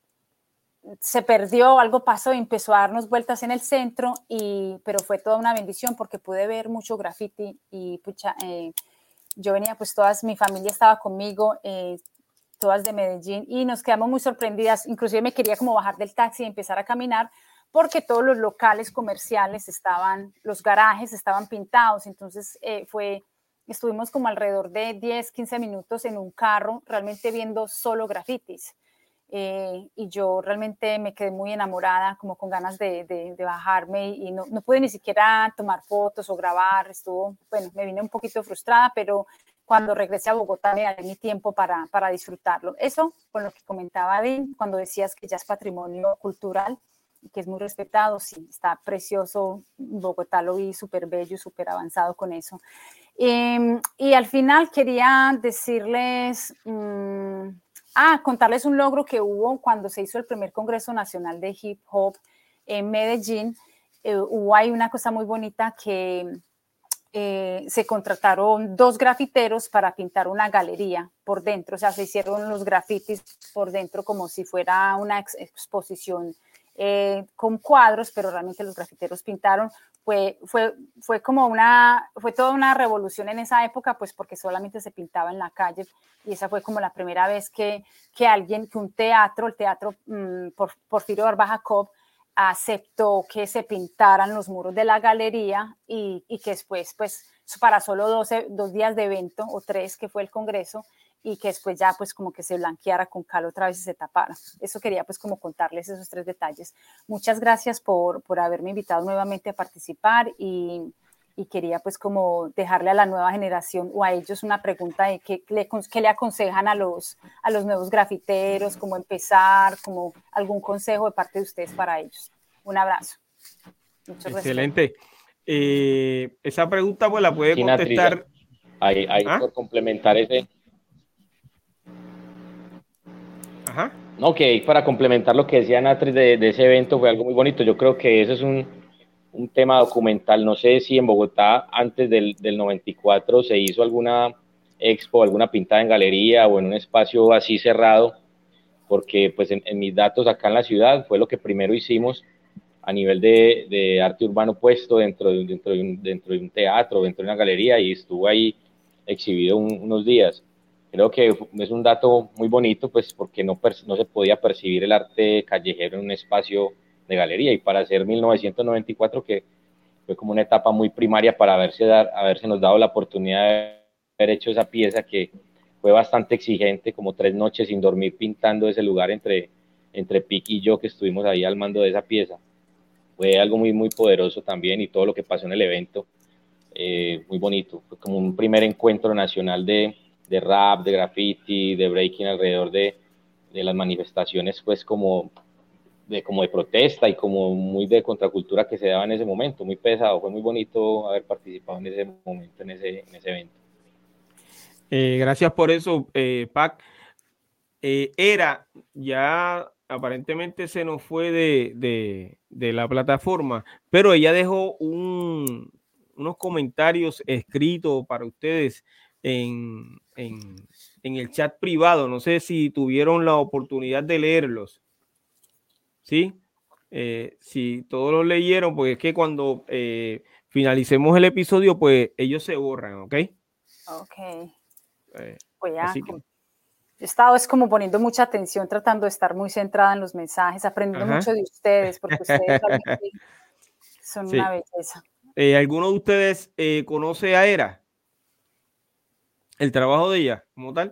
G: se perdió, algo pasó y empezó a darnos vueltas en el centro, y, pero fue toda una bendición porque pude ver mucho graffiti y pucha, eh, yo venía, pues todas, mi familia estaba conmigo, eh, todas de Medellín, y nos quedamos muy sorprendidas. Inclusive me quería como bajar del taxi y empezar a caminar porque todos los locales comerciales estaban, los garajes estaban pintados, entonces eh, fue, estuvimos como alrededor de diez, quince minutos en un carro, realmente viendo solo grafitis. Eh, y yo realmente me quedé muy enamorada, como con ganas de, de, de bajarme y no, no pude ni siquiera tomar fotos o grabar, estuvo, bueno, me vine un poquito frustrada, pero cuando regresé a Bogotá me daré mi tiempo para, para disfrutarlo. Eso con lo que comentaba Dean, cuando decías que ya es patrimonio cultural y que es muy respetado, sí, está precioso, Bogotá lo vi súper bello, súper avanzado con eso. Eh, y al final quería decirles... Mmm, Ah, contarles un logro que hubo cuando se hizo el primer Congreso Nacional de Hip Hop en Medellín. Eh, hubo ahí una cosa muy bonita que eh, se contrataron dos grafiteros para pintar una galería por dentro. O sea, se hicieron los grafitis por dentro como si fuera una ex exposición eh, con cuadros, pero realmente los grafiteros pintaron. Fue, fue, fue como una, fue toda una revolución en esa época, pues porque solamente se pintaba en la calle y esa fue como la primera vez que, que alguien, que un teatro, el teatro um, por, Porfirio Barba Jacob, aceptó que se pintaran los muros de la galería y, y que después, pues para solo doce, dos días de evento o tres que fue el congreso, y que después ya pues como que se blanqueara con cal otra vez y se tapara. Eso quería pues como contarles esos tres detalles. Muchas gracias por, por haberme invitado nuevamente a participar y, y quería pues como dejarle a la nueva generación o a ellos una pregunta de qué le, qué le aconsejan a los, a los nuevos grafiteros, cómo empezar, como algún consejo de parte de ustedes para ellos. Un abrazo. Muchas
J: Excelente. Eh, esa pregunta pues la puede sí, contestar.
E: Ahí, ahí ¿Ah? Por complementar ese...
J: Ajá.
E: No, que para complementar lo que decía Natris de, de ese evento fue algo muy bonito. Yo creo que eso es un, un tema documental. No sé si en Bogotá antes del, del noventa y cuatro se hizo alguna expo, alguna pintada en galería o en un espacio así cerrado, porque pues en, en mis datos acá en la ciudad fue lo que primero hicimos a nivel de, de arte urbano puesto dentro de, dentro, de un, dentro de un teatro, dentro de una galería, y estuvo ahí exhibido un, unos días. Creo que es un dato muy bonito, pues porque no, no se podía percibir el arte callejero en un espacio de galería, y para hacer mil novecientos noventa y cuatro, que fue como una etapa muy primaria para haberse, dar, haberse nos dado la oportunidad de haber hecho esa pieza que fue bastante exigente, como tres noches sin dormir pintando ese lugar entre, entre Piqui y yo, que estuvimos ahí al mando de esa pieza. Fue algo muy, muy poderoso también, y todo lo que pasó en el evento, eh, muy bonito. Fue como un primer encuentro nacional de de rap, de graffiti, de breaking alrededor de, de las manifestaciones, pues como de, como de protesta y como muy de contracultura que se daba en ese momento, muy pesado. Fue muy bonito haber participado en ese momento, en ese, en ese evento.
J: Eh, gracias por eso, eh, Pac. Eh, Era, ya aparentemente se nos fue de, de, de la plataforma, pero ella dejó un, unos comentarios escritos para ustedes en, en, en el chat privado. No sé si tuvieron la oportunidad de leerlos. ¿Sí? Eh, si todos los leyeron, pues es que cuando eh, finalicemos el episodio, pues ellos se borran, ¿ok?
G: Ok.
J: Eh,
G: pues ya,
J: así que...
G: He estado es como poniendo mucha atención, tratando de estar muy centrada en los mensajes, aprendiendo Ajá. mucho de ustedes, porque ustedes realmente son sí. una belleza.
J: Eh, ¿Alguno de ustedes eh, conoce a Era? El trabajo de ella, como tal.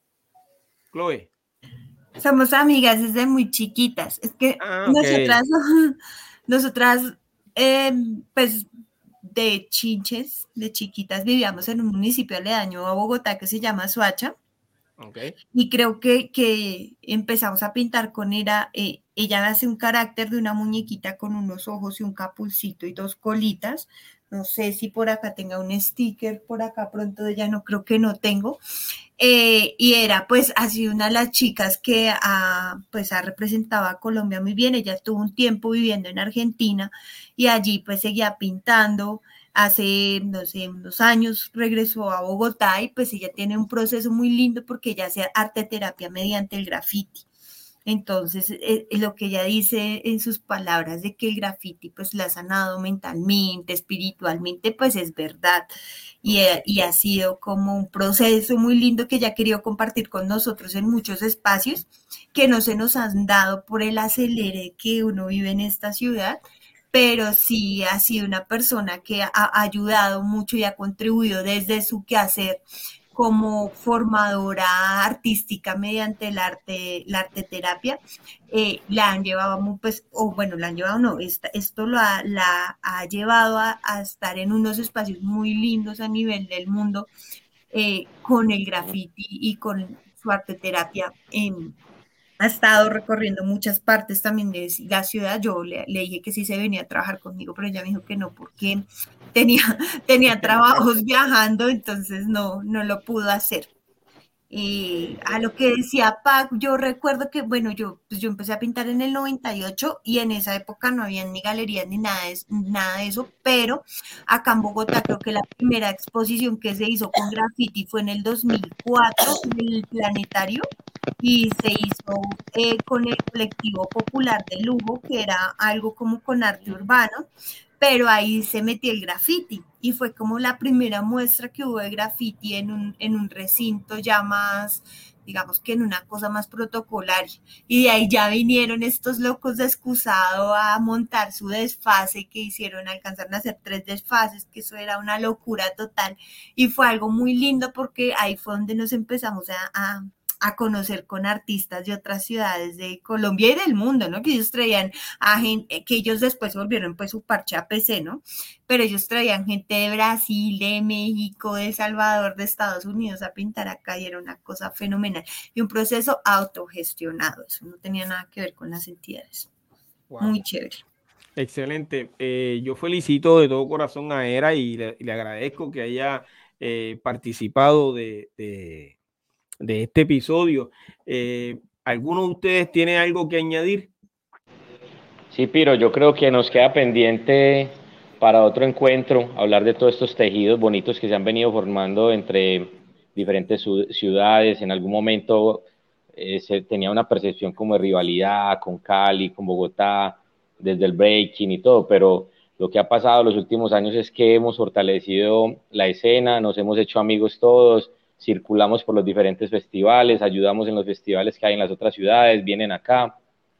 J: Chloe.
I: Somos amigas desde muy chiquitas. Es que ah, okay. nosotras, nosotras, eh, pues, de chinches, de chiquitas, vivíamos en un municipio aledaño a Bogotá que se llama Soacha.
J: Okay.
I: Y creo que, que empezamos a pintar con Era. Eh, ella hace un carácter de una muñequita con unos ojos y un capulcito y dos colitas. No sé si por acá tenga un sticker, por acá pronto de ella, no creo que no tengo. Eh, y Era, pues, ha sido una de las chicas que ha, pues, ha representado a Colombia muy bien. Ella estuvo un tiempo viviendo en Argentina y allí, pues, seguía pintando. Hace, no sé, unos años regresó a Bogotá y, pues, ella tiene un proceso muy lindo porque ella hace arte terapia mediante el graffiti. Entonces, eh, lo que ella dice en sus palabras de que el graffiti pues la ha sanado mentalmente, espiritualmente, pues es verdad. Y, eh, y ha sido como un proceso muy lindo que ella ha querido compartir con nosotros en muchos espacios. que no se nos han dado por el acelere que uno vive en esta ciudad, pero sí ha sido una persona que ha ayudado mucho y ha contribuido desde su quehacer como formadora artística mediante el arte, la arteterapia. Eh, la han llevado, muy, pues, o bueno, la han llevado, no, esta, esto lo ha, la ha llevado a, a estar en unos espacios muy lindos a nivel del mundo, eh, con el graffiti y con su arteterapia. En, ha estado recorriendo muchas partes también de la ciudad. Yo le, le dije que sí se venía a trabajar conmigo, pero ella me dijo que no, porque tenía, tenía trabajos viajando, entonces no, no lo pudo hacer. Eh, a lo que decía Pac, yo recuerdo que, bueno, yo, pues yo empecé a pintar en el noventa y ocho y en esa época no había ni galerías ni nada de, nada de eso, pero acá en Bogotá creo que la primera exposición que se hizo con graffiti fue en el dos mil cuatro en el Planetario, y se hizo eh, con el colectivo popular de lujo, que era algo como con arte urbano, pero ahí se metió el graffiti y fue como la primera muestra que hubo de graffiti en un, en un recinto ya más, digamos que en una cosa más protocolaria, y de ahí ya vinieron estos locos de Excusado a montar su desfase, que hicieron, alcanzaron a hacer tres desfases, que eso era una locura total, y fue algo muy lindo porque ahí fue donde nos empezamos a... a a conocer con artistas de otras ciudades de Colombia y del mundo, ¿no? Que ellos traían a gente, que ellos después volvieron pues su parche A P C, ¿no? Pero ellos traían gente de Brasil, de México, de El Salvador, de Estados Unidos a pintar acá, y era una cosa fenomenal. Y un proceso autogestionado, eso no tenía nada que ver con las entidades. Wow. Muy chévere.
J: Excelente. Eh, yo felicito de todo corazón a Era y le, y le agradezco que haya eh, participado de... de... de este episodio. Eh, ¿Alguno de ustedes tiene algo que añadir?
E: Sí, Piro, yo creo que nos queda pendiente para otro encuentro hablar de todos estos tejidos bonitos que se han venido formando entre diferentes ciudades. En algún momento eh, se tenía una percepción como de rivalidad con Cali, con Bogotá, desde el breaking y todo, pero lo que ha pasado los últimos años es que hemos fortalecido la escena, nos hemos hecho amigos todos, circulamos por los diferentes festivales, ayudamos en los festivales que hay en las otras ciudades, vienen acá.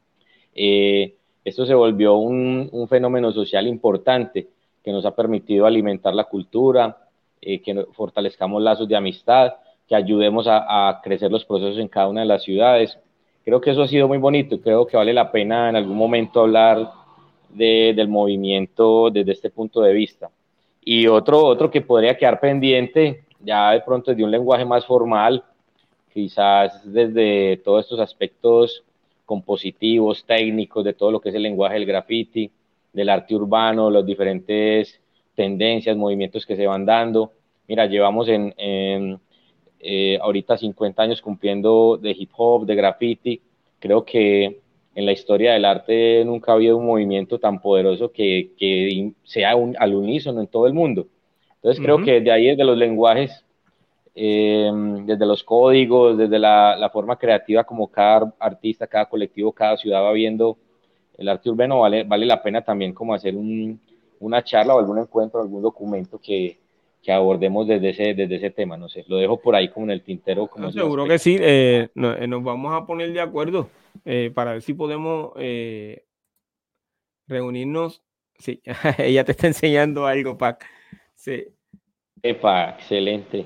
E: Eh, esto se volvió un, un fenómeno social importante que nos ha permitido alimentar la cultura, eh, que fortalezcamos lazos de amistad, que ayudemos a, a crecer los procesos en cada una de las ciudades. Creo que eso ha sido muy bonito y creo que vale la pena en algún momento hablar de, del movimiento desde este punto de vista. Y otro, otro que podría quedar pendiente, ya de pronto desde un lenguaje más formal, quizás desde todos estos aspectos compositivos, técnicos, de todo lo que es el lenguaje del graffiti, del arte urbano, las diferentes tendencias, movimientos que se van dando. Mira, llevamos en, en eh, ahorita cincuenta años cumpliendo de hip hop, de graffiti. Creo que en la historia del arte nunca ha habido un movimiento tan poderoso que, que sea un, al unísono en todo el mundo. Entonces creo uh-huh. que desde ahí, desde los lenguajes, eh, desde los códigos, desde la, la forma creativa como cada artista, cada colectivo, cada ciudad va viendo el arte urbano, vale, vale la pena también como hacer un, una charla o algún encuentro, algún documento que, que abordemos desde ese, desde ese tema, no sé, lo dejo por ahí como en el tintero. Como
J: no, seguro que sí, eh, no, eh, nos vamos a poner de acuerdo eh, para ver si podemos eh, reunirnos. Sí, ella te está enseñando algo, Pac. Sí.
E: Epa, excelente.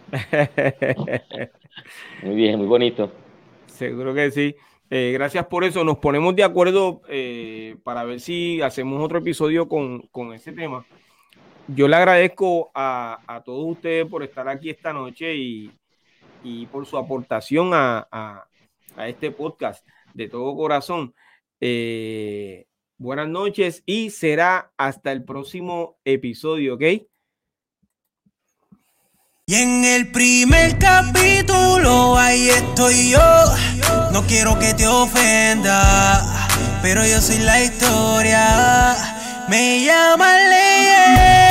E: Muy bien, muy bonito.
J: Seguro que sí. Eh, gracias por eso. Nos ponemos de acuerdo eh, para ver si hacemos otro episodio con, con ese tema. Yo le agradezco a, a todos ustedes por estar aquí esta noche y, y por su aportación a, a, a este podcast de todo corazón. Eh, buenas noches y será hasta el próximo episodio, ¿ok?
A: Y en el primer capítulo ahí estoy yo. No quiero que te ofenda, pero yo soy la historia. Me llaman Leyes.